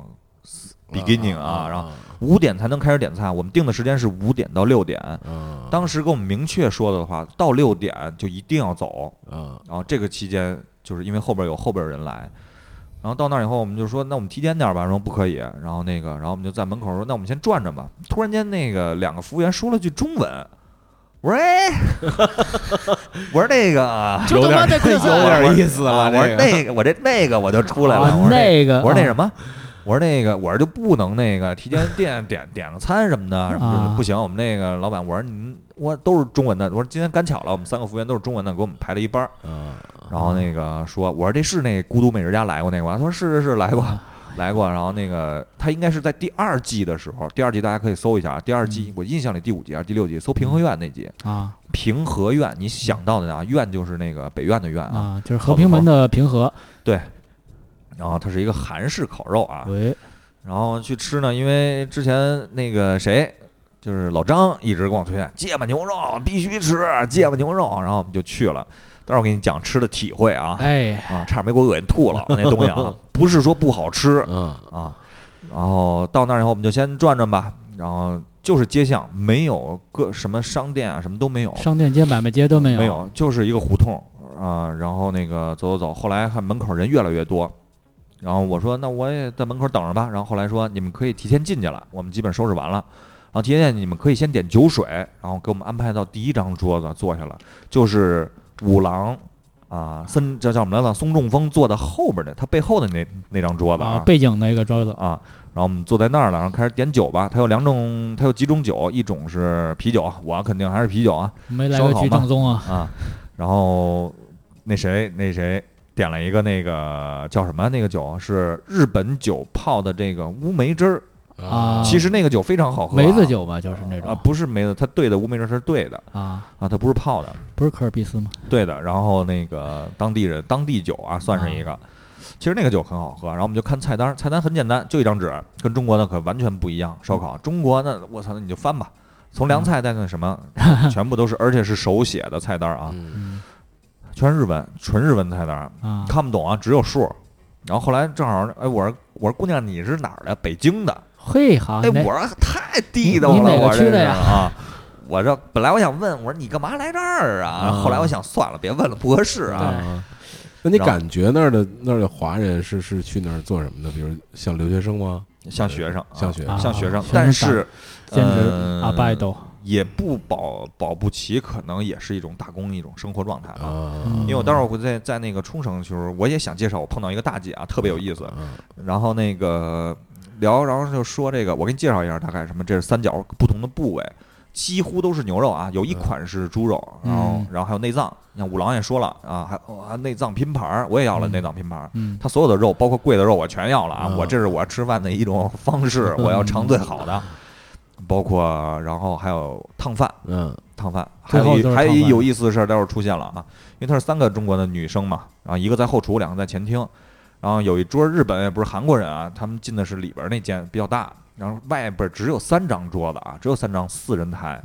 beginning 然后5点才能开始点菜。我们定的时间是5点到6点。当时跟我们明确说的话，到6点就一定要走。然后这个期间就是因为后边有人来，然后到那儿以后我们就说那我们提前点吧，然后不可以，然后我们就在门口说那我们先转转吧。突然间那个2个服务员说了句中文，我说我说那个有点意思了。 我说那个我就出来了。我说那什么。我说就不能提前点个餐什么的，不行。我们那个老板，我都是中文的。我说今天赶巧了，我们3个服务员都是中文的，给我们排了一班。然后说，我说这是那孤独美食家来过那个吗？他说是来过。然后他应该是在第2季的时候，第2季大家可以搜一下。第2季我印象里第5集还是第6集，搜平和苑那集平和苑，你想到的苑就是那个北苑的苑就是和平门的平和。 对。然后它是一个韩式烤肉然后去吃呢，因为之前那个谁就是老张一直跟我推荐芥末牛肉必须吃芥末牛肉，然后我们就去了。待会儿我给你讲吃的体会差点没给我恶心吐了那东西不是说不好吃然后到那儿以后我们就先转转吧，然后就是街巷，没有什么商店什么都没有， 商店街买卖街都没有，就是一个胡同然后走，后来看门口人越来越多。然后我说那我也在门口等着吧。然后后来说你们可以提前进去了，我们基本收拾完了。然后提前你们可以先点酒水，然后给我们安排到第1张桌子坐下了，就是五郎叫什么来着？松中丰坐的后边的，他背后的那张桌子背景那个桌子然后我们坐在那儿了，然后开始点酒吧。它有几种酒，一种是啤酒，我肯定还是啤酒没来得及正宗然后那谁点了一个那个叫什么？那个酒是日本酒泡的这个乌梅汁儿其实那个酒非常好喝， 梅子酒吧，就是那种不是梅子，它兑的乌梅汁是兑的它不是泡的， 不是科尔必斯吗？ 对的。然后那个当地酒算是一个。其实那个酒很好喝。然后我们就看菜单很简单，就1张纸，跟中国的可完全不一样。烧烤中国那我操，那你就翻吧，从凉菜到那什么全部都是，而且是手写的菜单全是日文，纯日文菜单看不懂只有数。然后后来正好我说姑娘你是哪儿的？北京的。 嘿好， 我说太地道了， 你哪个区的呀？ 我这本来我想问，我说你干嘛来这儿后来我想算了，别问了，不合适那你感觉那儿的华人是去那儿做什么的？比如像留学生吗？ 像学生， 像学生，但是兼职拜斗也不保不齐，可能也是一种打工一种生活状态因为我待会儿会在那个冲绳的时候，我也想介绍我碰到一个大姐特别有意思然后那个聊，然后就说这个我给你介绍一下大概什么，这是3角不同的部位，几乎都是牛肉有一款是猪肉然后还有内脏，像五郎也说了还有内脏拼盘，我也要了内脏拼盘他所有的肉包括贵的肉我全要了这是我吃饭的一种方式我要尝最好的包括然后还有烫饭烫饭还有一有意思的事待会儿出现了因为他是3个中国的女生嘛，然后一个在后厨，2个在前厅，然後有一桌日本也不是韩国人他们进的是里边那间比较大，然后外边只有3张桌子只有3张4人台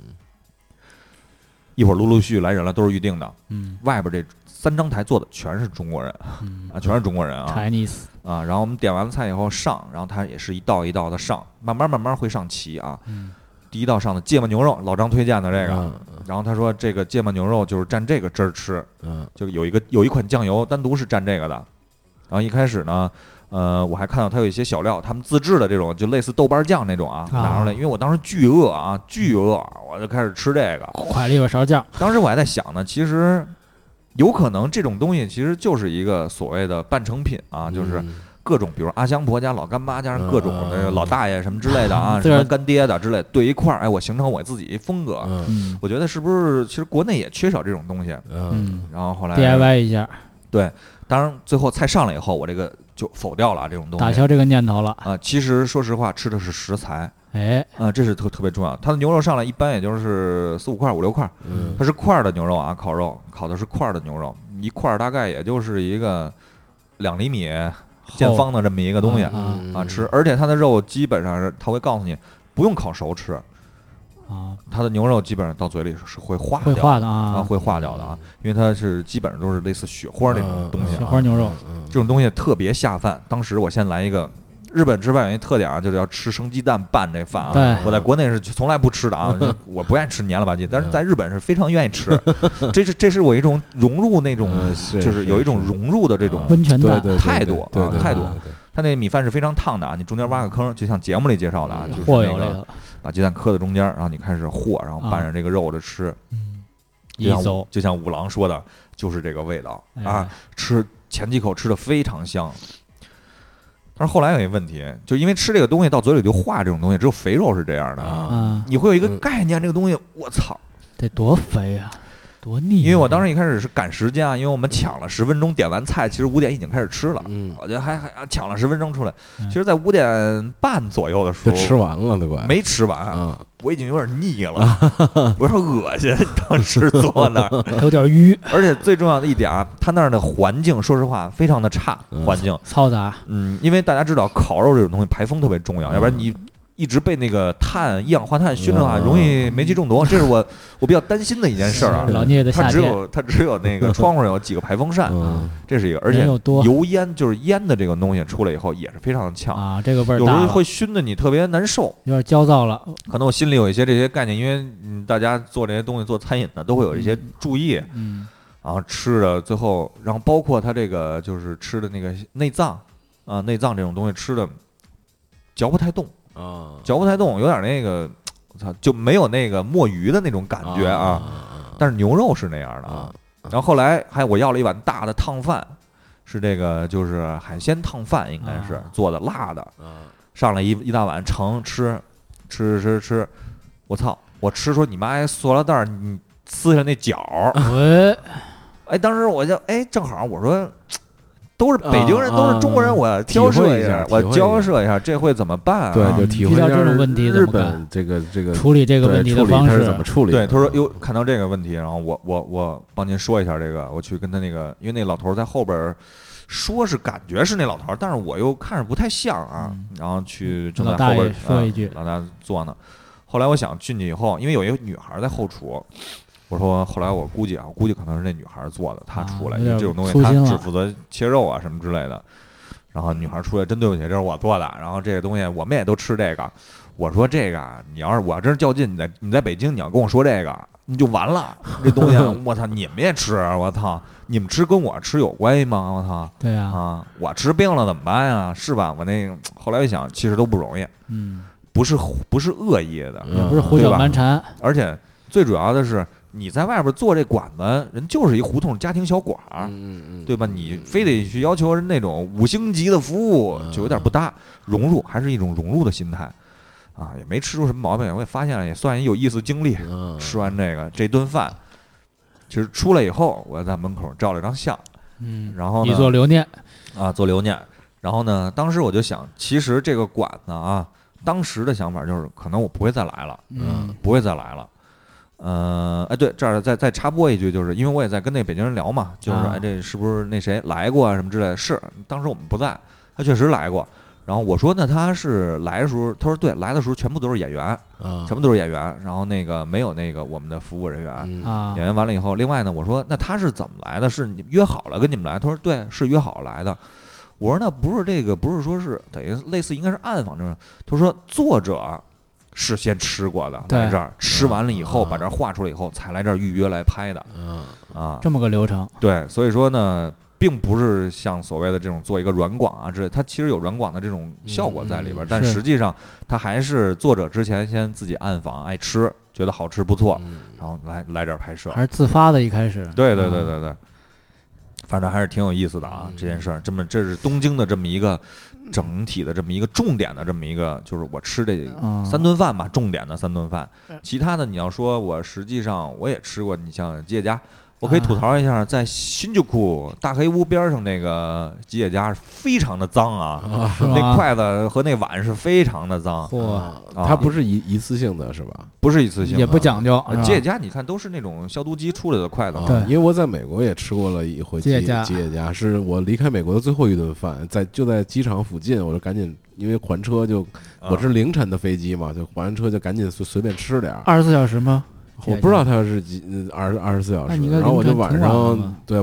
一会儿陆陆续续来人了，都是预定的外边这3张台坐的全是中国人全是中国人 Chinese 然后我们点完了菜以后上，然后他也是一道一道的上，慢慢会上齐第1道上的芥末牛肉，老张推荐的这个然后他说这个芥末牛肉就是蘸这个汁儿吃就有一款酱油单独是蘸这个的。然后一开始呢我还看到他有一些小料，他们自制的这种就类似豆瓣酱那种拿出来，因为我当时巨饿我就开始吃这个， 㧟了一把勺酱。 当时我还在想呢，其实有可能这种东西其实就是一个所谓的半成品就是各种，比如阿香婆加老干妈加上各种的老大爷什么之类的啊，什么干爹的之类对一块儿，哎，我形成我自己风格。我觉得是不是其实国内也缺少这种东西？然后后来 DIY 一下， 对，当然最后菜上来以后，我这个就否掉了这种东西， 打消这个念头了啊。其实说实话，吃的是食材。 哎， 这是特别重要。它的牛肉上来一般也就是4、5块、5、6块，它是块的牛肉啊，烤肉烤的是块的牛肉，一块大概也就是一个2厘米见方的这么一个东西啊吃，而且它的肉基本上是它会告诉你不用烤熟吃啊，它的牛肉基本上到嘴里是会化掉的啊，会化掉的啊，因为它是基本上都是类似雪花那种东西， 雪花牛肉这种东西特别下饭。当时我先来一个。日本吃饭有一特点啊，就是要吃生鸡蛋拌这饭啊。我在国内是从来不吃的啊，我不愿意吃黏了吧唧，但是在日本是非常愿意吃。这是我一种融入那种，就是有一种融入的这种温泉蛋态度啊，态度。它那米饭是非常烫的啊，你中间挖个坑，就像节目里介绍的啊，就是那个把鸡蛋磕在中间，然后你开始和，然后拌着这个肉着吃。就像五郎说的，就是这个味道啊，吃前几口吃的非常香。但是后来有一个问题，就因为吃这个东西到嘴里就化，这种东西只有肥肉是这样的啊。你会有一个概念，这个东西我操， 得多肥啊，多腻！ 因为我当时一开始是赶时间啊，因为我们抢了10分钟点完菜，其实5点已经开始吃了。我觉得还抢了10分钟出来，其实在5点半左右的时候就吃完了，对吧？ 没吃完，我已经有点腻了，我有点恶心。当时坐那儿有点淤， 而且最重要的一点啊，他那儿的环境，说实话非常的差，环境嘈杂。 因为大家知道烤肉这种东西排风特别重要，要不然你一直被那个一氧化碳熏的话，容易煤气中毒，这是我比较担心的一件事啊。 老聂的夏天， 它只有那个窗户有几个排风扇，这是一个，而且油烟就是烟的这个东西出来以后也是非常的呛啊，这个味儿有时候会熏的你特别难受， 有点焦躁了。 可能我心里有一些这些概念，因为大家做这些东西做餐饮的都会有一些注意，然后吃的最后，然后包括它这个就是吃的那个内脏啊，内脏这种东西吃的嚼不太动。嚼不太动，有点那个，我操，就没有那个墨鱼的那种感觉啊。但是牛肉是那样的啊。然后后来我要了一碗大的烫饭，是这个就是海鲜烫饭，应该是做的辣的。上来一大碗盛吃，我操！我吃说你妈塑料袋你撕下那角儿，当时我就正好我说。都是北京人，都是中国人，我交涉一下，我交涉一下，这会怎么办？ 对，就体会一下这种问题， 日本这个处理这个问题的方式怎么处理？ 对，他说哟，看到这个问题，然后我帮您说一下这个，我去跟他那个，因为那老头在后边说是感觉是那老头，但是我又看着不太像啊，然后去正在后边说一句， 老大坐呢。后来我想进去以后，因为有一个女孩在后厨。我说，后来我估计可能是那女孩做的，她出来，因为这种东西她只负责切肉啊什么之类的。然后女孩出来，真对不起，这是我做的。然后这个东西我们也都吃这个。我说这个，我要真是较劲，你在北京你要跟我说这个，你就完了。这东西我操，你们也吃，我操，你们吃跟我吃有关系吗？我操， 对呀， 我吃病了怎么办呀？是吧？我那个后来一想，其实都不容易，不是恶意的， 也不是胡搅蛮缠， 而且最主要的是。你在外边做这馆子，人就是一胡同家庭小馆儿，对吧？你非得去要求人那种5星级的服务，就有点不搭。融入还是一种融入的心态，啊，也没吃出什么毛病。我也发现了，也算一有意思经历。吃完这顿饭，其实出来以后，我在门口照了张相，然后呢， 你做留念啊，做留念。然后呢，当时我就想，其实这个馆子啊，当时的想法就是，可能我不会再来了，不会再来了。对，这儿再插播一句，就是因为我也在跟那北京人聊嘛，就是这是不是那谁来过啊什么之类的？是，当时我们不在，他确实来过。然后我说那他是来的时候，他说对，来的时候全部都是演员，全部都是演员。然后那个没有那个我们的服务人员，演员完了以后，另外呢，我说那他是怎么来的？是你约好了跟你们来？他说对，是约好来的。我说那不是这个，不是说是等于类似应该是暗访这种。他说作者。是先吃过的，来这儿吃完了以后，把这儿画出来以后，才来这儿预约来拍的， 这么个流程。 对，所以说呢，并不是像所谓的这种做一个软广啊之类，它其实有软广的这种效果在里边，但实际上它还是作者之前先自己暗访，爱吃，觉得好吃不错，然后来这儿拍摄， 还是自发的，一开始。 对。 反正还是挺有意思的啊，这件事儿。这是东京的这么一个整体的这么一个重点的这么一个，就是我吃这3顿饭吧，重点的3顿饭。其他的你要说，我实际上我也吃过，你像吉野家。我可以吐槽一下，在新宿库大黑屋边上那个吉野家非常的脏啊，那筷子和那碗是非常的脏。 它不是一次性的是吧？ 不是一次性的， 也不讲究。 吉野家你看都是那种消毒机出来的筷子。 对， 因为我在美国也吃过了一回吉野家，是我离开美国的最后一顿饭，就在机场附近，我就赶紧，因为还车我是凌晨的飞机嘛，就还车就赶紧随便吃点。 24小时吗？ 我不知道它是24小时，然后我就晚上就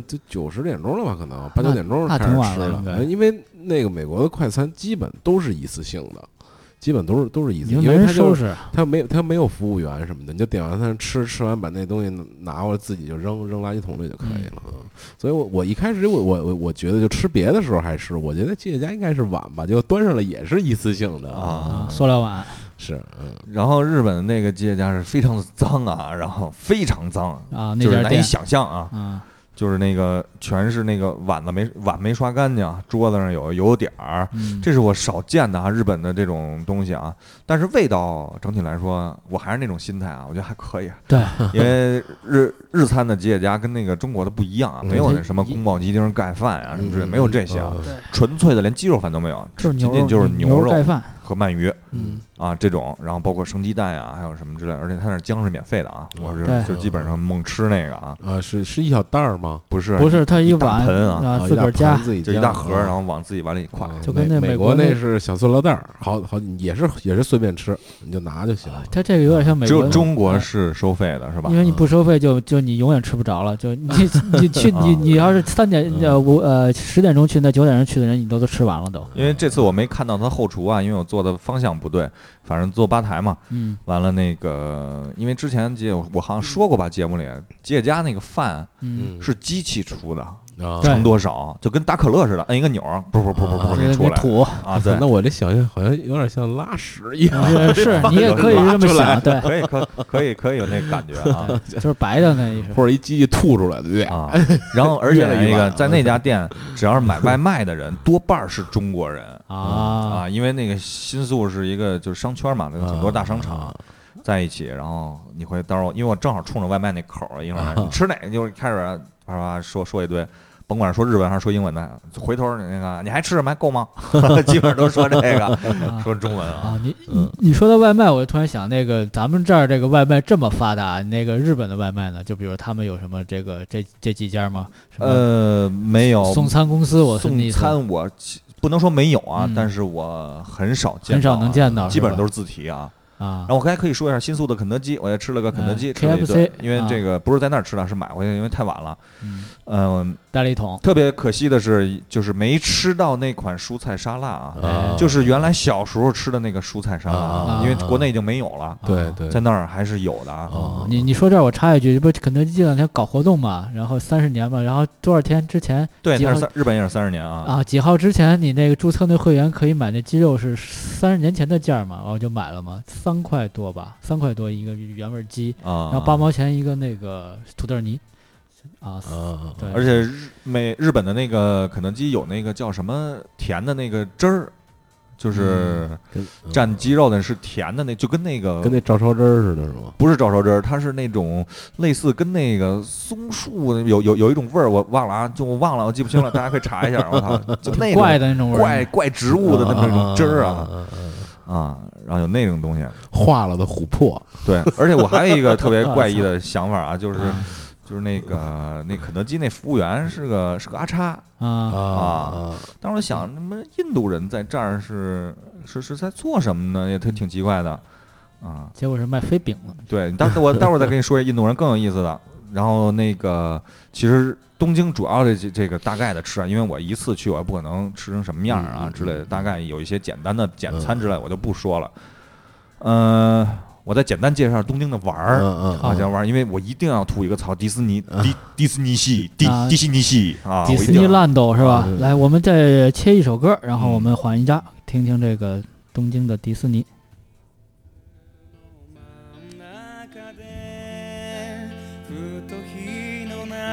90点钟了吧，可能8、9点钟开始吃了。因为那个美国的快餐基本都是一次性的，基本都是一次性，因为它没有服务员什么的，你就点完餐吃完把那东西拿过来自己就扔垃圾桶里就可以了。所以我一开始我觉得就吃别的时候还是，我觉得吉野家应该是碗吧，结果端上来也是一次性的塑料碗。 是， 然后日本的那个吉野家是非常的脏啊，然后非常脏啊， 就是难以想象啊，就是那个全是那个碗没刷干净，桌子上有油点儿，这是我少见的啊，日本的这种东西啊。但是味道整体来说，我还是那种心态啊，我觉得还可以。 对， 因为日餐的吉野家跟那个中国的不一样啊，没有那什么宫保鸡丁盖饭啊什么之类，没有这些啊，纯粹的连鸡肉饭都没有，仅仅就是牛肉盖饭和鳗鱼。这种，然后包括生鸡蛋呀，还有什么之类的，而且它那姜是免费的啊，我是就基本上猛吃那个啊。 是一小袋儿吗？ 不是，它一碗盆啊， 自个儿夹， 就一大盒，然后往自己碗里挎。 就跟那美国那是小塑料袋儿，好也是随便吃，你就拿就行了。 它这个有点像美国， 只有中国是收费的，是吧？ 因为你不收费就你永远吃不着了，就你去你要是10点钟去，那9点钟去的人你都吃完了都。 因为这次我没看到他后厨啊，因为我做的方向不对。反正做吧台嘛，完了那个，因为之前我好像说过吧，节目里吉野家那个饭，是机器出的，盛多少就跟打可乐似的，摁一个钮，噗给出来吐啊！对， 那我这想象好像有点像拉屎一样， 是你也可以这么想，对， 可以有那感觉啊， 就是白的那意思， 或者一机器吐出来的，对啊。然后而且那个在那家店，只要是买外卖的人，多半是中国人啊，因为那个新宿是一个就是商圈嘛，很多大商场在一起，然后你会到时候，因为我正好冲着外卖那口儿，一会儿你吃哪个就开始啪说一堆。甭管说日文还是说英文的，回头那个你还吃什么还够吗？基本上都说这个，说中文啊。 你说到外卖，我就突然想，那个咱们这儿这个外卖这么发达，那个日本的外卖呢？就比如他们有什么这几家吗？ 没有送餐公司， 送餐我不能说没有啊，但是我很少见到， 很少能见到， 基本上都是自提啊。然后我还可以说一下新宿的肯德基，我也吃了个肯德基 KFC， 因为这个不是在那儿吃的，是买回去，因为太晚了。 带了一桶。 特别可惜的是，就是没吃到那款蔬菜沙拉啊，就是原来小时候吃的那个蔬菜沙拉，因为国内已经没有了。 对， 在那儿还是有的啊。 你说这儿我插一句，这不肯德基这两天搞活动嘛，然后30年嘛，然后多少天之前？ 对，日本也是30年啊。 几号之前你那个注册那会员可以买那鸡肉是30年前的价嘛，然后就买了嘛，3块多吧，3块多一个原味鸡，然后8毛钱一个那个土豆泥。对， 而且日本的那个肯德基有那个叫什么甜的那个汁儿，就是蘸鸡肉的是甜的，就跟那照烧汁儿似的，是吗？ 不是照烧汁儿，它是那种类似跟那个松树有一种味儿，我忘了啊，我记不清了，大家可以查一下。我操，就那种怪的那种味儿， 怪植物的那种汁儿然后有那种东西化了的琥珀。 对，而且我还有一个特别怪异的想法啊，就是那肯德基那服务员是个阿叉当时我想，那么印度人在这儿是在做什么呢？也挺奇怪的啊。 结果是卖飞饼的。 对，我待会儿再跟你说印度人更有意思的。然后那个其实东京主要的这个大概的吃啊，因为我一次去我也不可能吃成什么样啊之类的，大概有一些简单的简餐之类我就不说了。我再简单介绍东京的玩儿，因为我一定要吐一个槽，迪士尼系啊， 迪士尼烂斗是吧？来，我们再切一首歌，然后我们换一家，听听这个东京的迪士尼。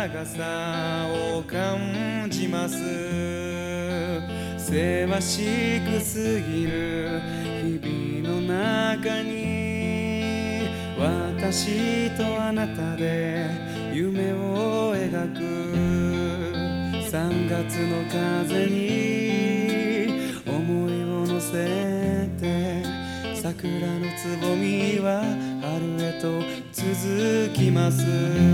長さを感じますせわしく過ぎる日々の中に私とあなたで夢を描く3月の風に思いを乗せて桜のつぼみは春へと続きます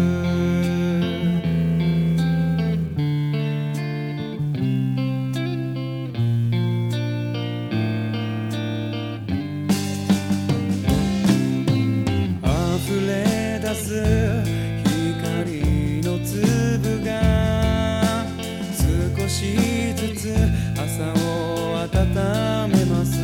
溢れ出す光の粒が少しずつ朝を温めます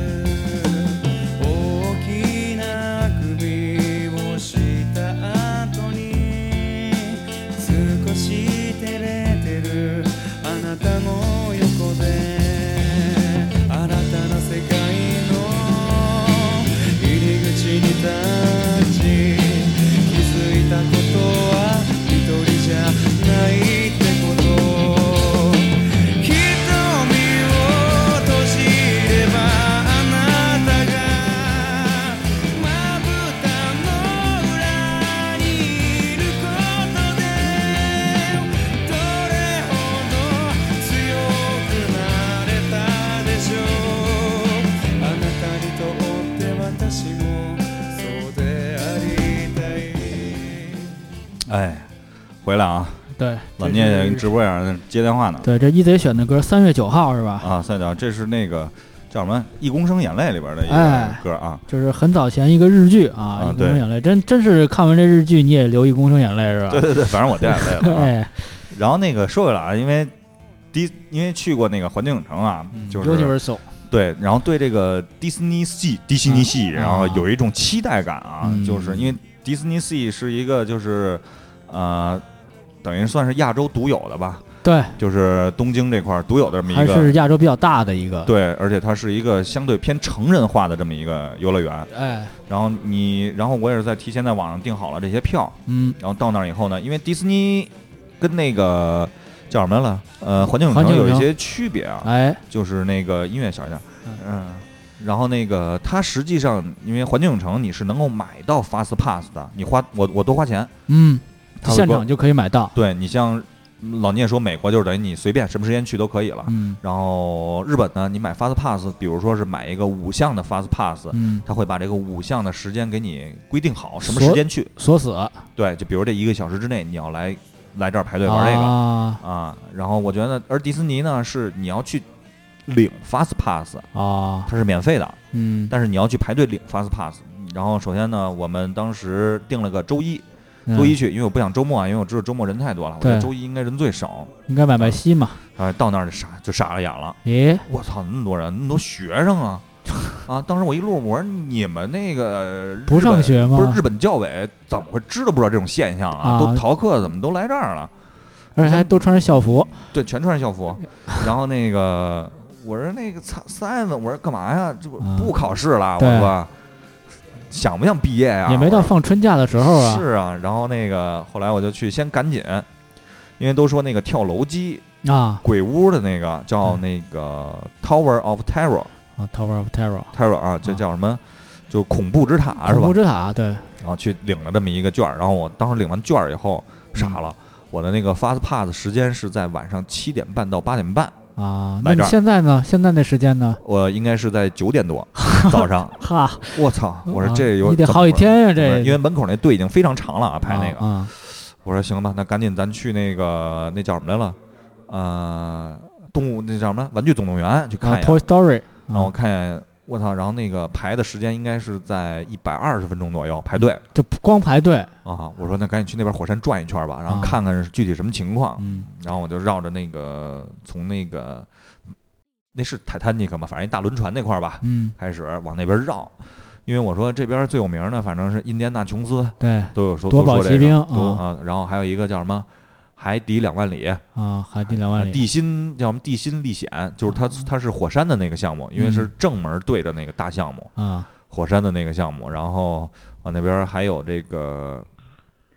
大きなあくびをした後に少し照れてるあなたの横で新たな世界の入り口に立ち気づいたことは一人じゃないってこと哎，回来啊！ 对， 老聂直播上接电话呢。 对，这一贼选的歌3月9号是吧？ 啊，3月9号，这是那个叫什么《一公升眼泪》里边的一个歌啊， 就是很早前一个日剧啊，一公升眼泪，真是看完这日剧你也流一公升眼泪是吧？ 对对对，反正我掉眼泪了。 哎， 然后那个说回来啊，因为去过那个环球影城啊，就是 Universal。 对，然后对这个迪士尼系，然后有一种期待感啊，就是因为迪士尼系是一个就是等于算是亚洲独有的吧。 对，就是东京这块独有的这么一个， 还是亚洲比较大的一个。 对，而且它是一个相对偏成人化的这么一个游乐园。 哎， 然后我也是提前在网上订好了这些票，然后到那儿以后呢，因为迪士尼跟那个叫什么了？环球影城有一些区别啊。 哎， 就是那个音乐小一点，然后那个它实际上因为环球影城你是能够买到 Fast Pass 的，你我多花钱， 现场就可以买到。 对，你像老聂说美国就是等于你随便什么时间去都可以了，然后日本呢，你买 Fast Pass， 比如说是买一个5项的 Fast Pass，他会把这个5项的时间给你规定好，什么时间去锁死。对， 就比如这1个小时之内你要来这儿排队玩这个啊，然后我觉得，而迪士尼呢是你要去领 Fast Pass 啊，它是免费的，但是你要去排队领 Fast Pass。然后首先呢，我们当时定了个周一去，因为我不想周末啊，因为我知道周末人太多了，我觉得周一应该人最少， 应该买西嘛。 到那儿就傻了眼了，我操，那么多人，那么多学生啊！啊！当时我一路，我说你们那个不上学吗？ 不是日本教委怎么会知道不知道这种现象啊？都逃课怎么都来这儿了？ 而且还都穿着校服。 对，全穿着校服。然后那个我说那个3月，我说干嘛呀？这不考试了？我说想不想毕业呀？ 也没到放春假的时候啊。 是啊。然后那个后来我就去先赶紧，因为都说那个跳楼机啊， 鬼屋的那个叫那个 Tower of Terror。 Tower of Terror 啊，这叫什么？就恐怖之塔是吧？ 恐怖之塔，对。 然后去领了这么一个券，然后我当时领完券以后傻了，我的那个 Fast Pass 时间是在晚上7点半到8点半啊。那你现在呢？现在那时间呢？ 我应该是在9点多早上。 哈， 我操！我说这有你得好几天呀，这因为门口那队已经非常长了啊，排那个。我说行吧，那赶紧咱去那个那叫什么来了？动物那叫什么？玩具总动员去看一下。 Toy Story。 然后我看见我操，然后那个排的时间应该是在120分钟左右排队， 就光排队啊！我说那赶紧去那边火山转一圈吧，然后看看具体什么情况。然后我就绕着那个从那个那是泰坦尼克嘛，反正一大轮船那块儿吧，开始往那边绕。因为我说这边最有名的反正是印第安纳琼斯， 对， 都有说夺宝奇兵啊，然后还有一个叫什么？海底2万里啊，海底2万里， 地心叫什么？地心历险，就是它是火山的那个项目，因为是正门对着那个大项目啊， 火山的那个项目。然后那边还有这个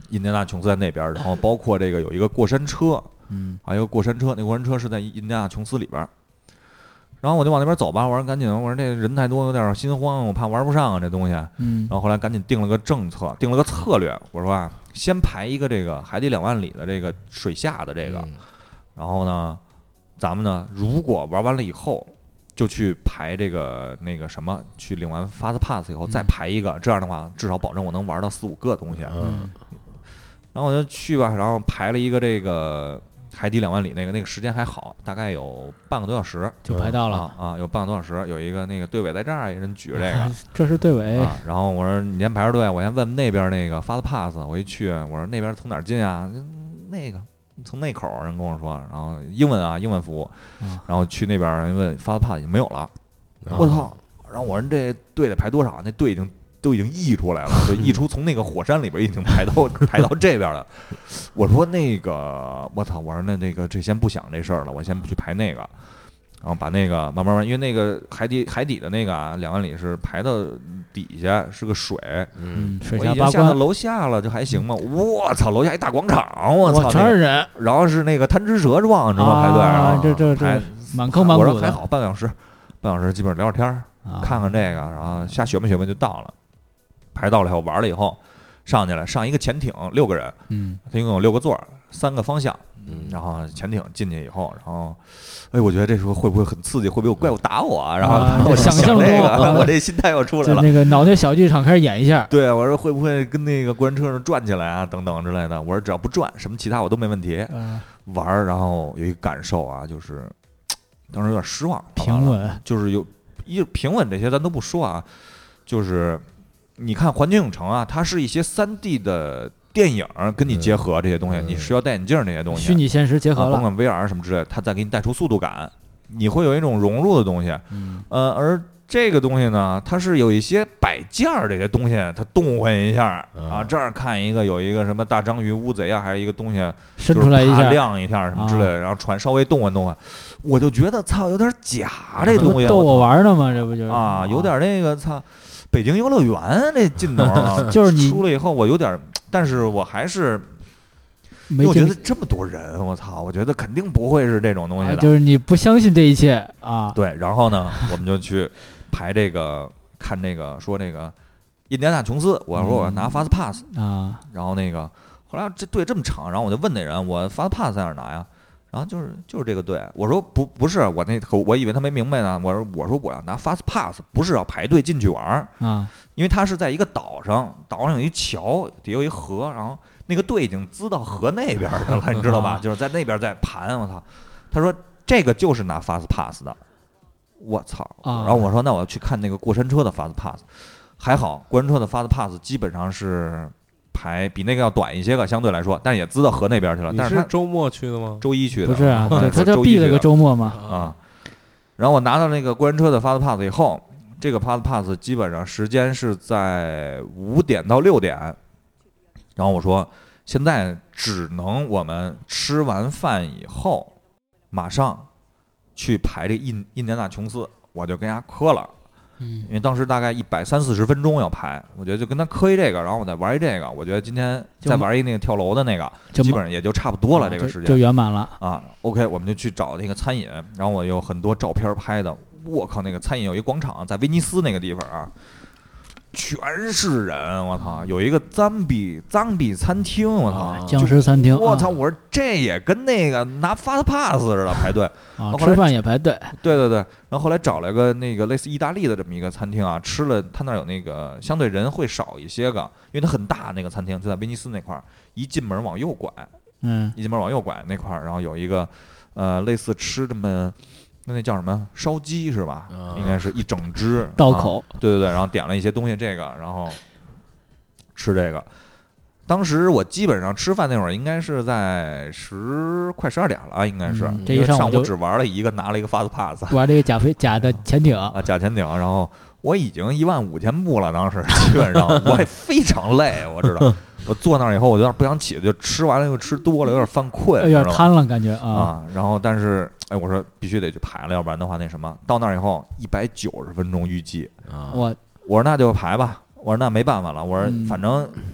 印第安纳琼斯在那边，然后包括这个有一个过山车，还有一个过山车，那过山车是在印第安纳琼斯里边。然后我就往那边走吧，我说赶紧，我说这人太多有点心慌，我怕玩不上啊这东西。然后后来赶紧定了个政策，定了个策略，我说啊，先排一个这个海底2万里的这个水下的这个，然后呢，咱们呢如果玩完了以后，就去排这个那个什么，去领完 Fast Pass 以后再排一个，这样的话至少保证我能玩到4-5个东西。然后我就去吧，然后排了一个这个。海底2万里那个时间还好，大概有半个多小时就排到了有半个多小时，有一个那个队尾在这儿，一人举着这个， 这是队尾然后我说你先排着队，我先问那边那个 Fast Pass， 我一去我说那边从哪儿进啊？那个从那口人跟我说，然后英文服务，然后去那边问 Fast Pass 已经没有了，我操！然后我说这队得排多少？那队都已经溢出来了，就溢出从那个火山里边已经排到这边了。我说那个我操！我说那个这先不想这事儿了，我先去排那个，然后把那个慢慢，因为那个海底的那个2万里是排到底下是个水， 水我已经下到楼下了，就还行嘛。我操，楼下一大广场，我操， 全是人， 然后是那个贪吃蛇状，你知道吗？排队，然后这满坑满谷的。 我说还好，半个小时基本上聊聊天，看看这个，然后瞎学吧就到了。排到了以后，玩了以后，上去了，上一个潜艇，6个人，它一共有6个座，3个方向，然后潜艇进去以后，然后，哎，我觉得这时候会不会很刺激？会不会有怪物打我啊？然后我想象这个，我这心态又出来了， 那个脑袋小剧场开始演一下。 对，我说会不会跟那个过山车上转起来啊，等等之类的。我说只要不转，什么其他我都没问题。玩，然后有一个感受啊，就是当时有点失望。 平稳， 就是平稳这些咱都不说啊，就是。你看环球影城啊，它是一些3D 的电影跟你结合这些东西，你需要戴眼镜这些东西， 虚拟现实结合了， 甭管 VR 什么之类的，它再给你带出速度感，你会有一种融入的东西。而这个东西呢，它是有一些摆件儿这些东西，它动换一下啊，这儿看一个有一个什么大章鱼、乌贼啊，还有一个东西伸出来一下， 亮一下什么之类的，然后船稍微动换动换，我就觉得操有点假，这东西逗我玩呢吗？这不就是有点那个操。北京游乐园这劲头啊， 就是你出了以后，我有点，但是我还是，我觉得这么多人，我操，我觉得肯定不会是这种东西的， 就是你不相信这一切啊。 对，然后呢，我们就去排这个，看这个，说这个印第安纳琼斯，我说我要拿 Fast Pass 然后那个后来这队这么长，然后我就问那人，我 Fast Pass 在哪儿拿呀？然后就是这个队，我说不是，我以为他没明白呢。我说我要拿 Fast Pass， 不是要排队进去玩因为他是在一个岛上有一桥，底有一河，然后那个队已经滋到河那边去了，你知道吧？就是在那边在盘，我操！他说这个就是拿 Fast Pass 的，我操！然后我说那我要去看那个过山车的 Fast Pass， 还好过山车的 Fast Pass 基本上是。排比那个要短一些个，相对来说，但是也滋到河那边去了。但是周末去的吗？ 周一去的。 不是啊，他就避了个周末嘛。 然后我拿到那个过山车的 Fast Pass 以后，这个 Fast Pass 基本上时间是在5点到6点。然后我说，现在只能我们吃完饭以后，马上去排这印第安纳琼斯，我就跟人家磕了。因为当时大概130-140分钟要排，我觉得就跟他磕一这个，然后我再玩一这个，我觉得今天再玩一那个跳楼的那个，基本上也就差不多了，这个时间就圆满了啊。OK， 我们就去找那个餐饮，然后我有很多照片拍的，我靠，那个餐饮有一广场，在威尼斯那个地方啊，全是人，我操！有一个脏比餐厅，我操， 僵尸餐厅， 我操！我说这也跟那个拿 Fast Pass 似的排队吃饭也排队。 对，然后后来找了个那个类似意大利的这么一个餐厅啊，吃了，他那有那个相对人会少一些个，因为它很大，那个餐厅就在威尼斯那块儿，一进门往右拐，一进门往右拐那块儿，然后有一个类似吃这么。那叫什么烧鸡是吧？应该是一整只道口。 对，然后点了一些东西，这个然后吃这个。当时我基本上吃饭那会儿应该是在快12点了，应该是。 这一上午只玩了一个，拿了一个 Fast Pass， 玩这个假的潜艇啊，假潜艇。然后我已经15000步了，当时基本上我也非常累，我知道。我坐那儿以后，我有点不想起，就吃完了又吃多了，有点犯困， 有点瘫了感觉啊。然后但是哎，我说必须得去排了，要不然的话那什么，到那儿以后190分钟预计。我说那就排吧，我说那没办法了，我说反正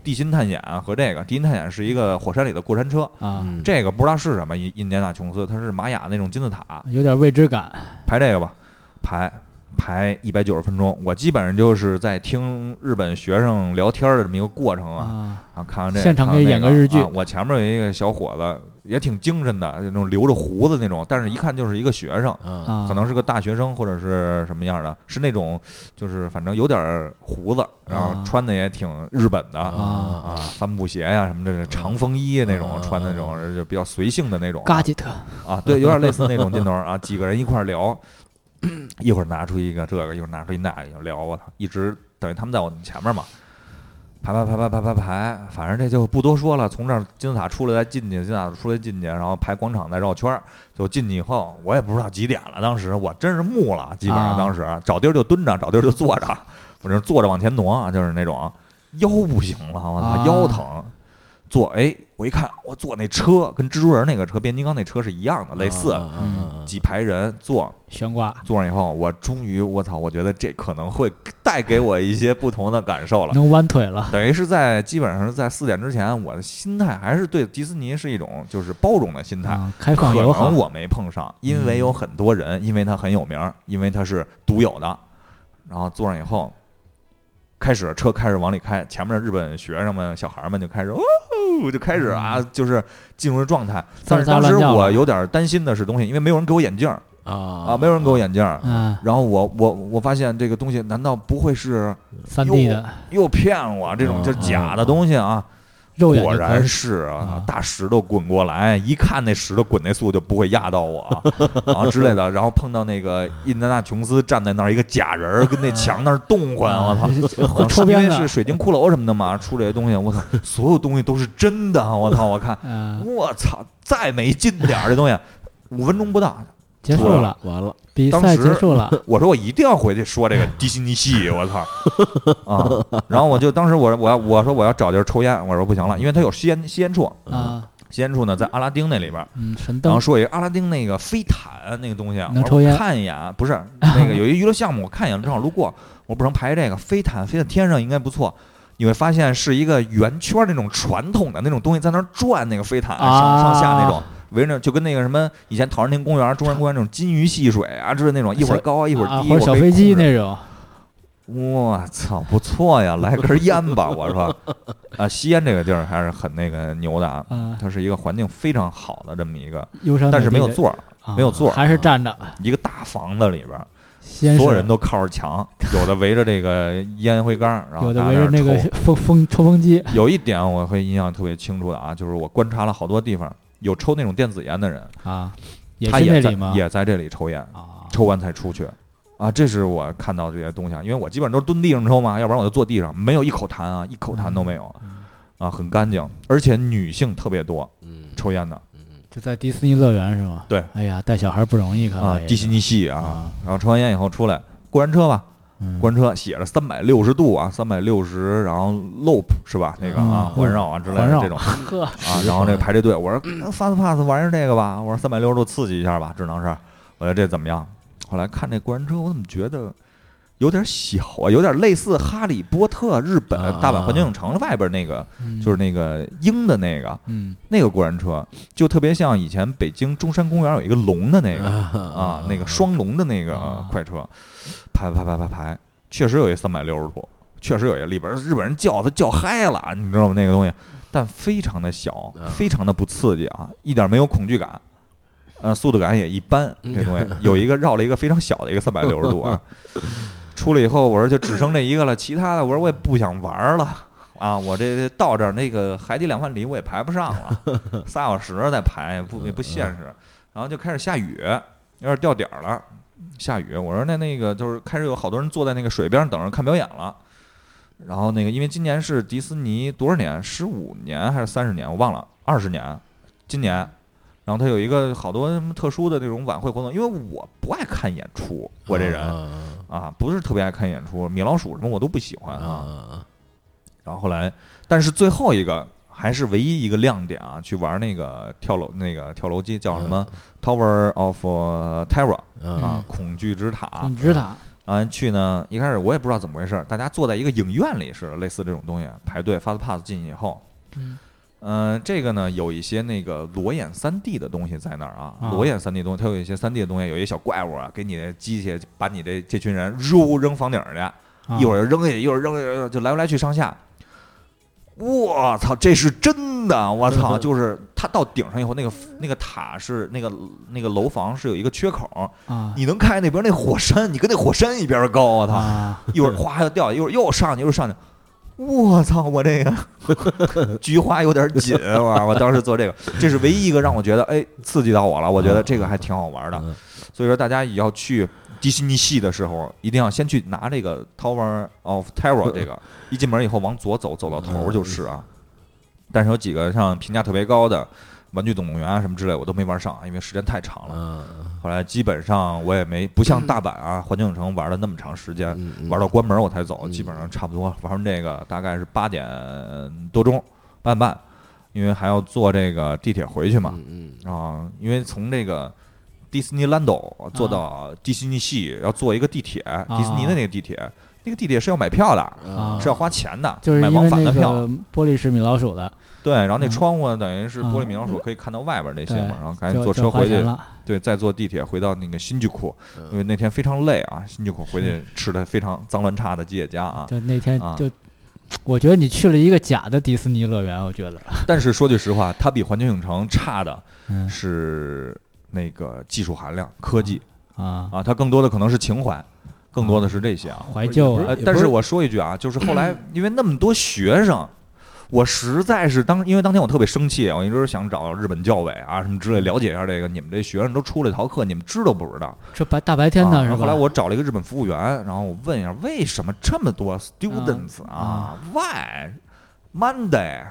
地心探险和这个地心探险是一个火山里的过山车啊， 这个不知道是什么，印第安纳琼斯它是玛雅那种金字塔， 有点未知感。 排这个吧，排190分钟，我基本上就是在听日本学生聊天的这么一个过程啊，看完这现场可以演个日剧。 我前面有一个小伙子，也挺精神的，那种留着胡子那种，但是一看就是一个学生，可能是个大学生或者是什么样的，是那种就是反正有点胡子，然后穿的也挺日本的帆布鞋呀什么的，长风衣那种穿的那种就比较随性的那种。 嘎吉特啊，对，有点类似那种劲头啊，几个人一块聊。一会儿拿出一个这个，一会儿拿出一那个聊，我操，一直等于他们在我前面嘛，排，反正这就不多说了。从这儿金字塔出来再进去，金字塔出来进去，然后排广场再绕圈，就进去以后，我也不知道几点了，当时我真是木了，基本上当时找地儿就蹲着，找地儿就坐着，我这坐着往前挪，就是那种腰不行了，我操，腰疼。坐我一看，我坐那车跟蜘蛛人那个车、变形金刚那车是一样的，类似，几排人坐悬挂， 坐上以后，我终于我觉得这可能会带给我一些不同的感受了， 能弯腿了。 等于是基本上是在4点之前，我的心态还是对迪士尼是一种就是包容的心态， 开放友好。 可能我没碰上，因为有很多人，因为它很有名，因为它是独有的，然后坐上以后。车开始往里开，前面的日本学生们、小孩们就开始就开始就是进入状态。但是当时我有点担心的是东西，因为没有人给我眼镜没有人给我眼镜然后我发现这个东西难道不会是 3D 的， 又骗我这种就是假的东西啊？果然是大石头滚过来，一看那石头滚那速度就不会压到我啊之类的。然后碰到那个印第安纳琼斯站在那儿，一个假人跟那墙那儿动唤，我操！因为是水晶骷髅什么的嘛，出这些东西，我操，所有东西都是真的，我操！我看，我操，再没劲点这东西，5分钟不到。 结束了， 完了， 比赛结束了。 我说我一定要回去说这个迪士尼系，我操然后当时我说我要找地儿抽烟，我说不行了，因为它有吸烟处吸烟处呢在阿拉丁那里边， 神灯。 然后说有一个阿拉丁那个飞毯那个东西， 能抽烟， 看一眼不是那个有一娱乐项目，我看一眼正好路过，我不能排这个飞毯飞在天上应该不错。你会发现是一个圆圈那种传统的那种东西在那儿转，那个飞毯上下那种。围着就跟那个什么以前陶然亭公园、中山公园那种金鱼戏水啊，之类那种，一会儿高一会儿低， 或者小飞机那种。 我操，不错呀，来根烟吧！我说吸烟这个地儿还是很那个牛的它是一个环境非常好的这么一个，但是没有座，没有座， 还是站着。 一个大房子里边，所有人都靠着墙，有的围着这个烟灰缸，然后有的围着那个抽风机。 有一点我会印象特别清楚的就是我观察了好多地方。有抽那种电子烟的人他也在这里抽烟抽完才出去这是我看到这些东西因为我基本上都是蹲地上抽嘛，要不然我就坐地上，没有一口痰一口痰都没有很干净，而且女性特别多抽烟的就在迪士尼乐园是吗？ 对， 哎呀，带小孩不容易， 迪士尼系然后抽完烟以后出来过山车吧。过山车写着360度360，然后 loop 是吧？那个环绕之类的这种然后这排这队，我说fast pass 玩意儿这个吧，我说360度刺激一下吧，只能是，我说这怎么样？后来看这过山车，我怎么觉得有点小有点类似哈利波特日本大阪环球影城外边那个，就是那个鹰的那个，那个过山车就特别像以前北京中山公园有一个龙的那个那个双龙的那个快车。排，确实有一360度，确实有一里边日本人叫嗨了，你知道吗？那个东西，但非常的小，非常的不刺激一点没有恐惧感，速度感也一般。这东西有一个绕了一个非常小的一个360度出来以后，我说就只剩这一个了，其他的我说我也不想玩了我这到这儿那个海底2万里我也排不上了，3小时再排也不现实，然后就开始下雨，有点掉点儿了。下雨，我说那个就是开始有好多人坐在那个水边上等着看表演了，然后那个因为今年是迪士尼多少年，15年还是30年我忘了，20年，今年，然后他有一个好多什么特殊的那种晚会活动，因为我不爱看演出，我这人不是特别爱看演出，米老鼠什么我都不喜欢然后后来，但是最后一个还是唯一一个亮点去玩那个跳楼机叫什么 Tower of Terror 恐惧之塔。 然后去呢，一开始我也不知道怎么回事，大家坐在一个影院里是类似这种东西，排队发 pass 进去以后，这个呢有一些那个裸眼3D 的东西在那儿啊，裸眼3D 东西，它有一些3D 的东西，有一些小怪物啊，给你的机器把你这群人扔房顶去，一会儿扔下去，一会儿扔下去，就来去上下。我操，这是真的！我操，就是它到顶上以后，那个塔是那个楼房是有一个缺口啊，你能看见那边那火山，你跟那火山一边高，我操！一会儿哗要掉，一会儿又上去，又上去。我操！我这个菊花有点紧，我当时做这个，这是唯一一个让我觉得刺激到我了。我觉得这个还挺好玩的，所以说大家也要去迪士尼系的时候，一定要先去拿这个 Tower of Terror 这个，一进门以后往左走，走到头就是啊。但是有几个像评价特别高的玩具总动员啊什么之类，我都没玩上，因为时间太长了。后来基本上我也不像大阪啊、环球影城玩了那么长时间，玩到关门我才走，基本上差不多玩完这个大概是8点多钟，8点半，因为还要坐这个地铁回去嘛。因为从这个迪士尼 Lando 坐到迪士尼系要坐一个地铁，迪士尼的那个地铁。那个地铁是要买票的，是要花钱的， 就是买往返的票。 玻璃是米老鼠的， 对，然后那窗户呢，等于是玻璃米老鼠，可以看到外边那些嘛。然后赶紧坐车回去，对，再坐地铁回到那个新居库，因为那天非常累啊，新居库回去吃的非常脏乱差的吉野家啊。 就那天就，我觉得你去了一个假的迪士尼乐园，我觉得。 但是说句实话，它比环球影城差的是那个技术含量、科技它更多的可能是情怀。更多的是这些啊， 怀旧啊。 但是我说一句啊，就是后来因为那么多学生，我实在是因为当天我特别生气，我一直想找日本教委啊什么之类了解一下这个，你们这学生都出了一堂课，你们知道不知道？ 这大白天的是吧？ 后来我找了一个日本服务员，然后我问一下，为什么这么多 students why Monday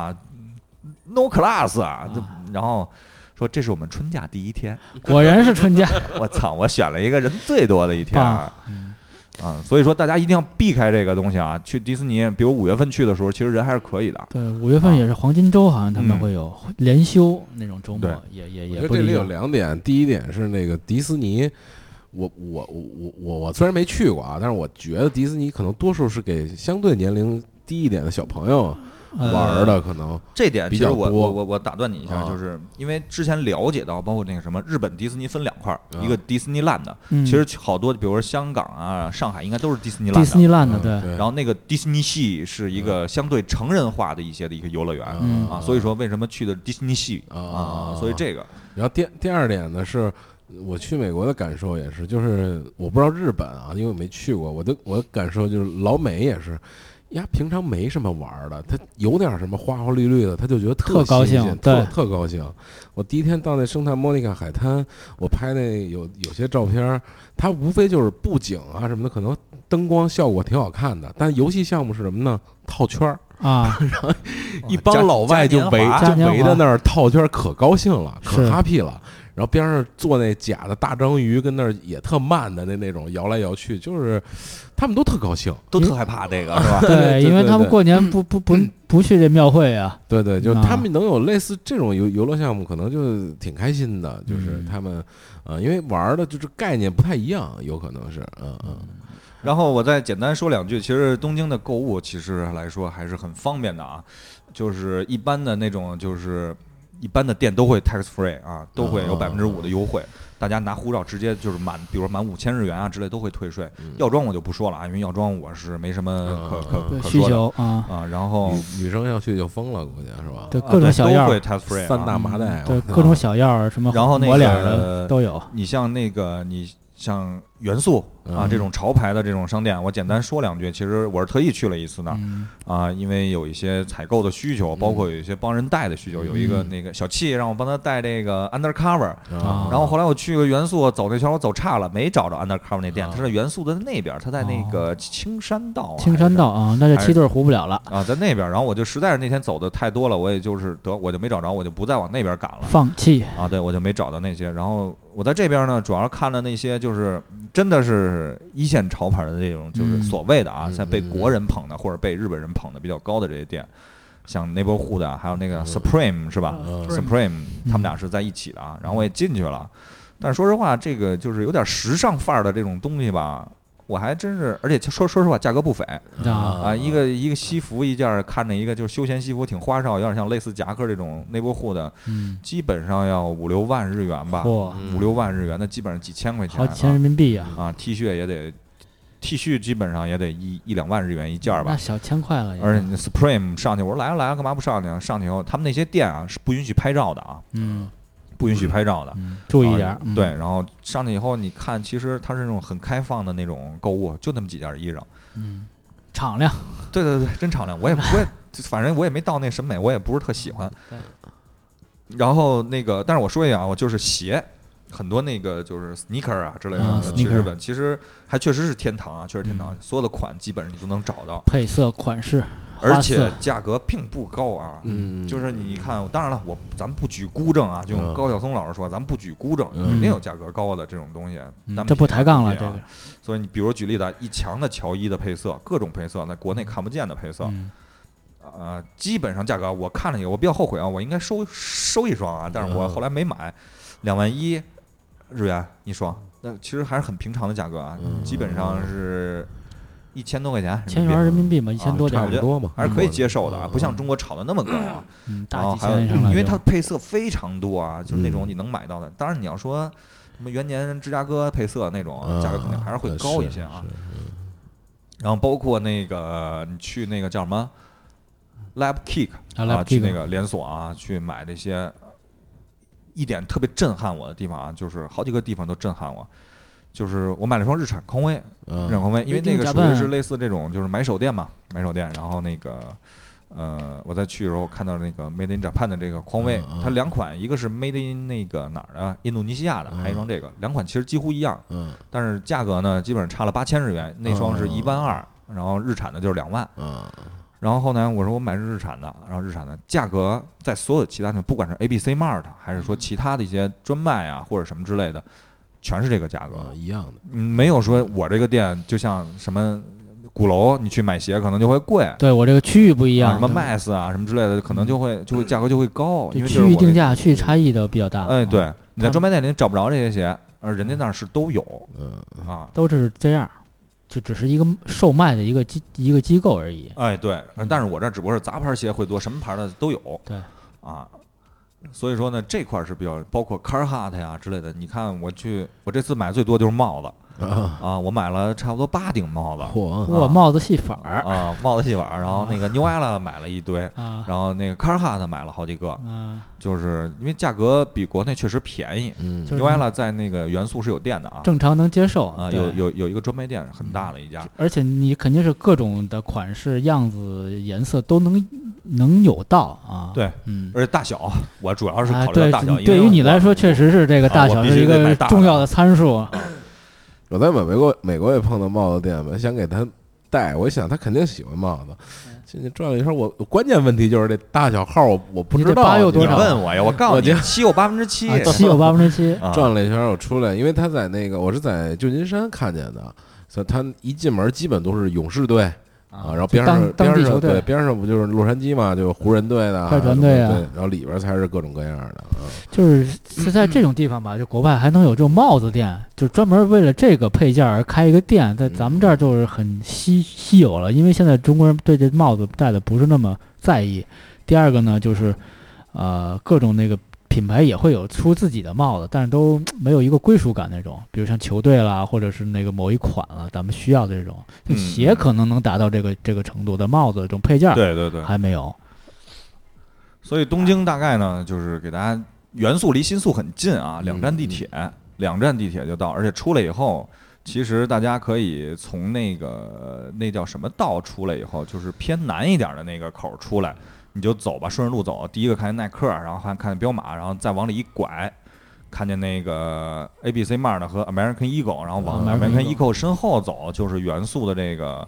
no class 然后。说这是我们春假第一天， 果然是春假。 我操！我选了一个人最多的一天所以说大家一定要避开这个东西啊。去迪士尼，比如5月份去的时候，其实人还是可以的。 对，5月份也是黄金周，好像他们会有连休那种周末，也不一样。 这里有2点，第一点是那个迪士尼，我虽然没去过啊，但是我觉得迪士尼可能多数是给相对年龄低一点的小朋友。玩的可能这点，其实我打断你一下，就是因为之前了解到，包括那个什么日本迪士尼分2块，一个迪士尼 land，其实好多，比如说香港啊、上海应该都是迪士尼 land。 迪士尼 land 对。 然后那个迪士尼系是一个相对成人化的一个游乐园所以说为什么去的迪士尼系所以这个。 然后第二点呢是。我去美国的感受也是，就是我不知道日本啊，因为我没去过，我的感受就是老美也是。平常没什么玩的，他有点什么花花绿绿的，他就觉得特高兴， 特高兴。我第一天到那圣塔莫妮卡海滩，我拍那有些照片，它无非就是布景啊什么的，可能灯光效果挺好看的。但游戏项目是什么呢？套圈然后一帮老外就围在那儿套圈，可高兴了，可 happy 了。然后边上做那假的大章鱼，跟那儿也特慢的那种摇来摇去，就是他们都特高兴， 都特害怕这个是吧？ 对，因为他们过年不去这庙会啊。 对，就是他们能有类似这种游乐项目，可能就挺开心的。就是他们因为玩的就是概念不太一样，有可能是然后我再简单说2句，其实东京的购物其实来说还是很方便的啊，就是一般的那种就是一般的店都会 tax free 都会有5%的优惠，大家拿护照直接就是比如满5000日元啊之类都会退税。药妆我就不说了因为药妆我是没什么可需求然后女生要去就疯了，估计是吧？ 对，各种小药都会 tax free， 3大麻袋， 对，各种小药什么， 然后抹脸的都有。 你像像元素这种潮牌的这种商店，我简单说2句。其实我是特意去了一次的因为有一些采购的需求，包括有一些帮人带的需求。有一个那个小气让我帮他带这个 Undercover，然后后来我去个元素走那圈我走差了，没找着 Undercover 那店，它是元素的那边，它在那个青山道那就七对糊不了了在那边。然后我就实在是那天走的太多了，我也就是我就没找着，我就不再往那边赶了， 放弃对，我就没找到那些。然后我在这边呢，主要看了那些就是真的是1线潮牌的这种，就是所谓的在被国人捧的或者被日本人捧的比较高的这些店，像 Neighborhood 还有那个 Supreme 是吧？Supreme 他们俩是在一起的然后我也进去了，但是说实话，这个就是有点时尚范儿的这种东西吧， 我还真是，而且说实话，价格不菲啊，一个西服一件，看着一个就是休闲西服，挺花哨，有点像类似夹克这种内部户的，基本上要5-6万日元吧，5-6万日元，那基本上几千块钱， 好几千人民币呀！ 啊 ，T 恤也得。T 恤基本上也得1-2万日元一件吧， 那小千块了。 而且你 Supreme 上去，我说来了，干嘛不上去？上去以后，他们那些店啊是不允许拍照的啊，不允许拍照的， 注意点。 对，然后上去以后，你看，其实它是那种很开放的那种购物，就那么几件衣裳， 敞亮。 对对对，真敞亮。我也，反正我也没到那审美，我也不是特喜欢。然后那个，但是我说一下啊，我就是鞋。很多那个就是 sneaker 啊之类的，去日本其实还确实是天堂啊，确实天堂，所有的款基本上你都能找到， 配色、款式， 而且价格并不高啊。就是你看，当然了，咱们不举孤证啊，就用高晓松老师说，咱们不举孤证，肯定有价格高的这种东西， 这不抬杠了，这个。 所以你比如举例子，一强的乔伊的配色，各种配色，在国内看不见的配色。基本上价格我看了以后，我比较后悔啊，我应该收一双啊，但是我后来没买，2万1日元一双，那其实还是很平常的价格啊，基本上是1000多块钱 ，1000元人民币嘛，1000多点， 差不多嘛， 还是可以接受的啊，不像中国炒的那么高啊。 大几千上因为它配色非常多啊，就是那种你能买到的。当然你要说什么元年芝加哥配色那种，价格肯定还是会高一些啊。然后包括那个你去那个叫什么 Lab Kick 啊，去那个连锁啊，去买这些。一点特别震撼我的地方啊，就是好几个地方都震撼我，就是我买了双日产匡威，因为那个属于是类似这种就是买手店嘛，然后那个我在去的时候看到那个 Made in Japan 的这个匡威，它2款，一个是 Made in 那个哪儿的印度尼西亚的，还有一双这个，2款其实几乎一样，但是价格呢基本上差了8000日元，那双是1万2，然后日产的就是2万，然后后来我说我买日产的，然后日产的价格在所有其他的，不管是 ABC Mart 还是说其他的一些专卖啊或者什么之类的，全是这个价格， 一样的。 没有说我这个店就像什么鼓楼，你去买鞋可能就会贵。 对我这个区域不一样， 什么 Mass 啊什么之类的，可能就会价格就会高，因为区域定价、区域差异的比较大。 哎，对，你在专卖店里找不着这些鞋，而人家那儿是都有， 都是这样。就只是一个售卖的一个机构而已。 哎，对，但是我这只不过是杂牌鞋会多，什么牌的都有。 对， 啊，所以说呢，这块是比较包括 Carhartt 呀之类的。你看我这次买最多就是帽子。我买了差不多8顶帽子， 帽子戏法啊，帽子戏法，然后那个 New Era 买了一堆，然后那个 Carhartt 买了好几个，就是因为价格比国内确实便宜，New Era 在那个元素是有店的啊， 正常能接受啊，有一个专卖店，很大的一家， 而且你肯定是各种的款式、样子、颜色都能有到啊， 对，而且大小，我主要是考虑到大小， 对于你来说，确实是这个大小是一个重要的参数。 我在美国也碰到帽子店嘛，想给他戴，我想他肯定喜欢帽子。进去转了一圈，我关键问题就是这大小号我不知道。 8有多少？ 你问我呀，我告诉你，7有7%，7 有7%。 转了一圈，我出来，因为他在那个我是在旧金山看见的，所以他一进门基本都是勇士队。然后边上不就是洛杉矶嘛，就是湖人队的、 快船队啊， 然后里边才是各种各样的。 就是在这种地方吧，就国外还能有这种帽子店，就专门为了这个配件而开一个店，在咱们这儿就是很稀有了，因为现在中国人对这帽子戴的不是那么在意。第二个呢，就是各种那个品牌也会有出自己的帽子，但是都没有一个归属感那种，比如像球队啦，或者是那个某一款了，咱们需要的这种。鞋可能能达到这个程度，但帽子这种配件， 对， 还没有。 所以东京大概呢，就是给大家元素离新宿很近啊，2站地铁就到，而且出来以后，其实大家可以从那叫什么道出来以后，就是偏南一点的那个口出来。你就走吧，顺着路走。第一个看见耐克，然后看见彪马，然后再往里一拐，看见那个 ABC Mart 和 American Eagle， 然后往 American Eagle 身后走，就是元素的这个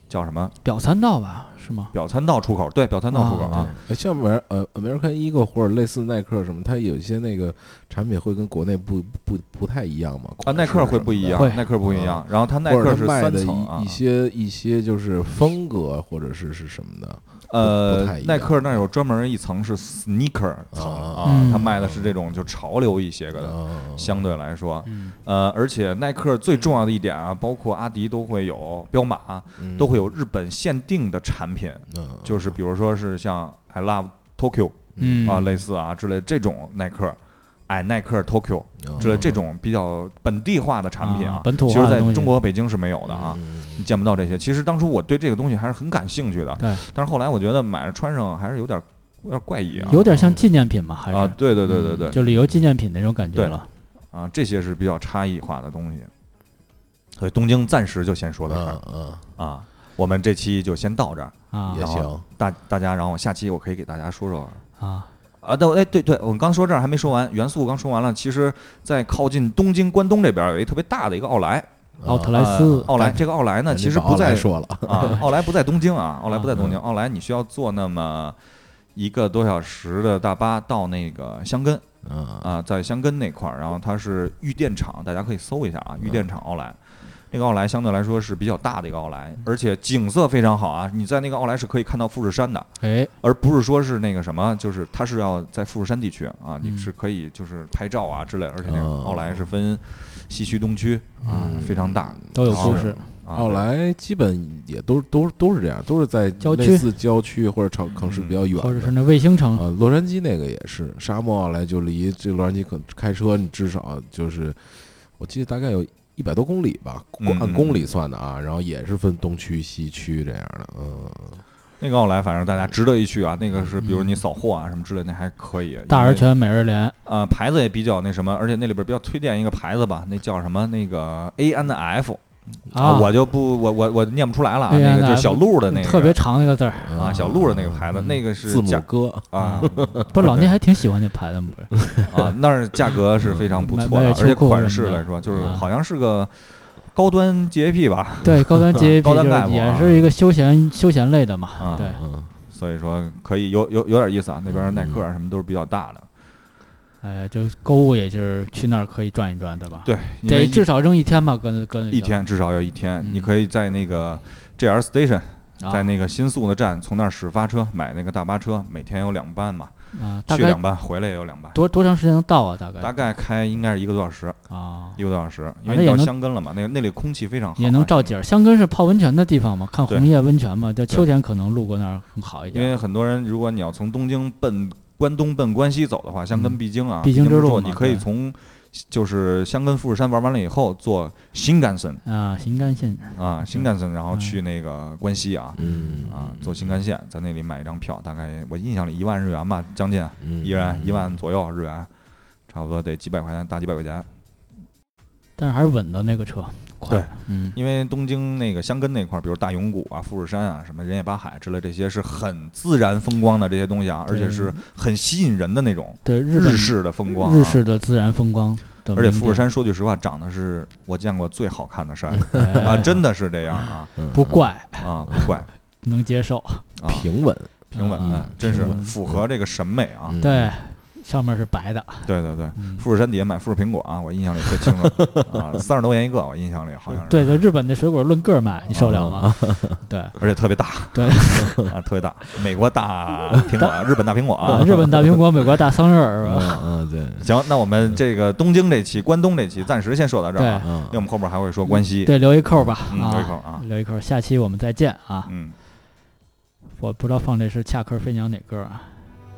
叫什么表参道吧？是吗？ 表参道出口，对，表参道出口啊。 像American Eagle 或者类似耐克什么，它有一些那个产品会跟国内不太一样嘛？ 耐克会不一样，耐克不一样。然后它耐克是3层啊， 一些就是风格或者是什么的。 耐克那有专门一层是 sneaker 层啊，它卖的是这种就潮流一些个的，相对来说，而且耐克最重要的一点啊，包括阿迪都会有，彪马都会有日本限定的产品，就是比如说是像 I Love Tokyo 啊，类似啊之类这种耐克。耐克 Tokyo 之类这种比较本地化的产品啊， 本土化的其实在中国北京是没有的啊，你见不到这些。其实当初我对这个东西还是很感兴趣的， 对。 但是后来我觉得买了穿上还是有点怪异啊， 有点像纪念品嘛，还是啊，对， 就旅游纪念品那种感觉了。 啊，这些是比较差异化的东西。所以东京暂时就先说到这儿，啊，我们这期就先到这儿啊， 也行。 大家，然后下期我可以给大家说说啊。 对，我们刚说这儿还没说完，元素刚说完了。其实，在靠近东京关东这边有一特别大的一个奥莱， 奥特莱斯， 奥莱这个奥莱呢，其实不在说了啊，奥莱不在东京啊，奥莱不在东京，奥莱你需要坐那么1个多小时的大巴到那个箱根，在箱根那块儿，然后它是玉电厂，大家可以搜一下啊，玉电厂奥莱。那个奥莱相对来说是比较大的一个奥莱，而且景色非常好啊！你在那个奥莱是可以看到富士山的，而不是说是那个什么，就是它是要在富士山地区啊，你是可以就是拍照啊之类，而且那个奥莱是分西区、东区啊，非常大， 都有故事。 奥莱基本也都是这样，都是在类似郊区或者城市比较远， 或者是那卫星城啊。洛杉矶那个也是，沙漠奥莱就离这洛杉矶可开车你至少就是我记得大概有100多公里吧，按公里算的啊，然后也是分东区、西区这样的， 那个奥莱反正大家值得一去啊，那个是比如你扫货啊什么之类的，那还可以。 大而全、美而廉牌子也比较那什么，而且那里边比较推荐一个牌子吧，那叫什么？那个 A&F。我就不我念不出来了，那个就是小鹿的那个特别长那个字儿啊，小鹿的那个牌子，那个是字母哥啊， 不，老聂还挺喜欢那牌子，不是啊，那儿价格是非常不错的，而且款式来说，就是好像是个高端 GAP 吧， 对，高端 GAP 高端概念也是一个休闲类的嘛，对， 所以说可以有点意思啊，那边耐克什么都是比较大的。 就购物也就是去那儿可以转一转，对吧？ 对， 得至少扔1天吧，跟 1天至少要1天。你可以在那个 JR Station，在那个新宿的站，从那儿始发车买那个大巴车，每天有2班嘛，去2班，回来也有2班。 多长时间能到啊？大概开应该是1个多小时啊 ，1个多小时，因为你到箱根了嘛，那里空气非常好， 也能照景。箱根是泡温泉的地方嘛，看红叶温泉嘛，就秋天可能路过那儿更好一点。 因为很多人，如果你要从东京关东奔关西走的话，箱根必经啊， 必经之路， 你可以从就是箱根富士山玩完了以后，坐新干线新干线， 然后去那个关西啊，坐新干线，在那里买一张票，大概我印象里1万日元吧，将近一人1万左右日元，差不多得几百块钱，大几百块钱。 但是还是稳的那个车。 对，因为东京那个箱根那块，比如大永谷啊、富士山啊、什么人野八海之类这些是很自然风光的这些东西啊，而且是很吸引人的那种， 对日式的风光， 日式的自然风光。 而且富士山说句实话，长得是我见过最好看的山啊，真的是这样啊， 不怪啊，不怪， 能接受， 平稳， 真是符合这个审美啊， 对。上面是白的， 对，富士山底下买富士苹果啊，我印象里特清楚啊，30多元一个，我印象里好像是。 对，日本的水果论个卖，你受了吗？对， 而且特别大， 对啊，特别大，美国大苹果，日本大苹果啊， 日本大苹果，美国大桑葚是吧？ 对。 行，那我们这个东京这期、关东这期暂时先说到这儿啊，因为我们后边还会说关西， 对，留一扣吧， 留一扣啊， 留一扣，下期我们再见啊。我不知道放这是恰克飞鸟哪歌啊？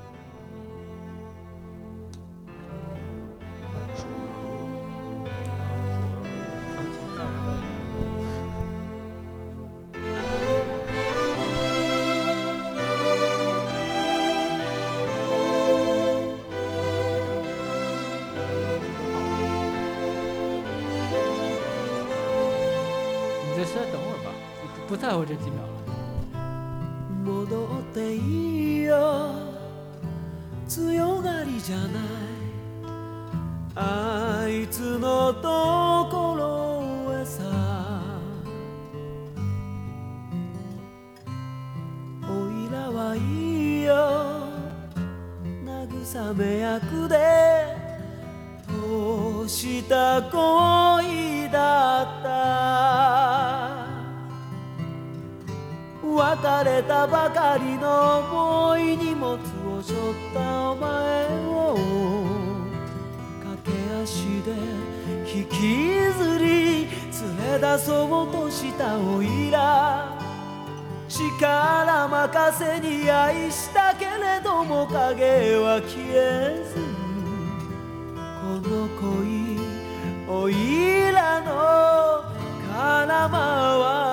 你再等会儿吧，不在乎这几秒了。 戻っていいよ強がりじゃないあいつのところへさ慰め役でどうした恋だった別れたばかりの重い荷物を背負ったお前を駆け足で引きずり連れ出そうとしたおいら力任せに愛したけれども影は消えずこの恋おいらの空回り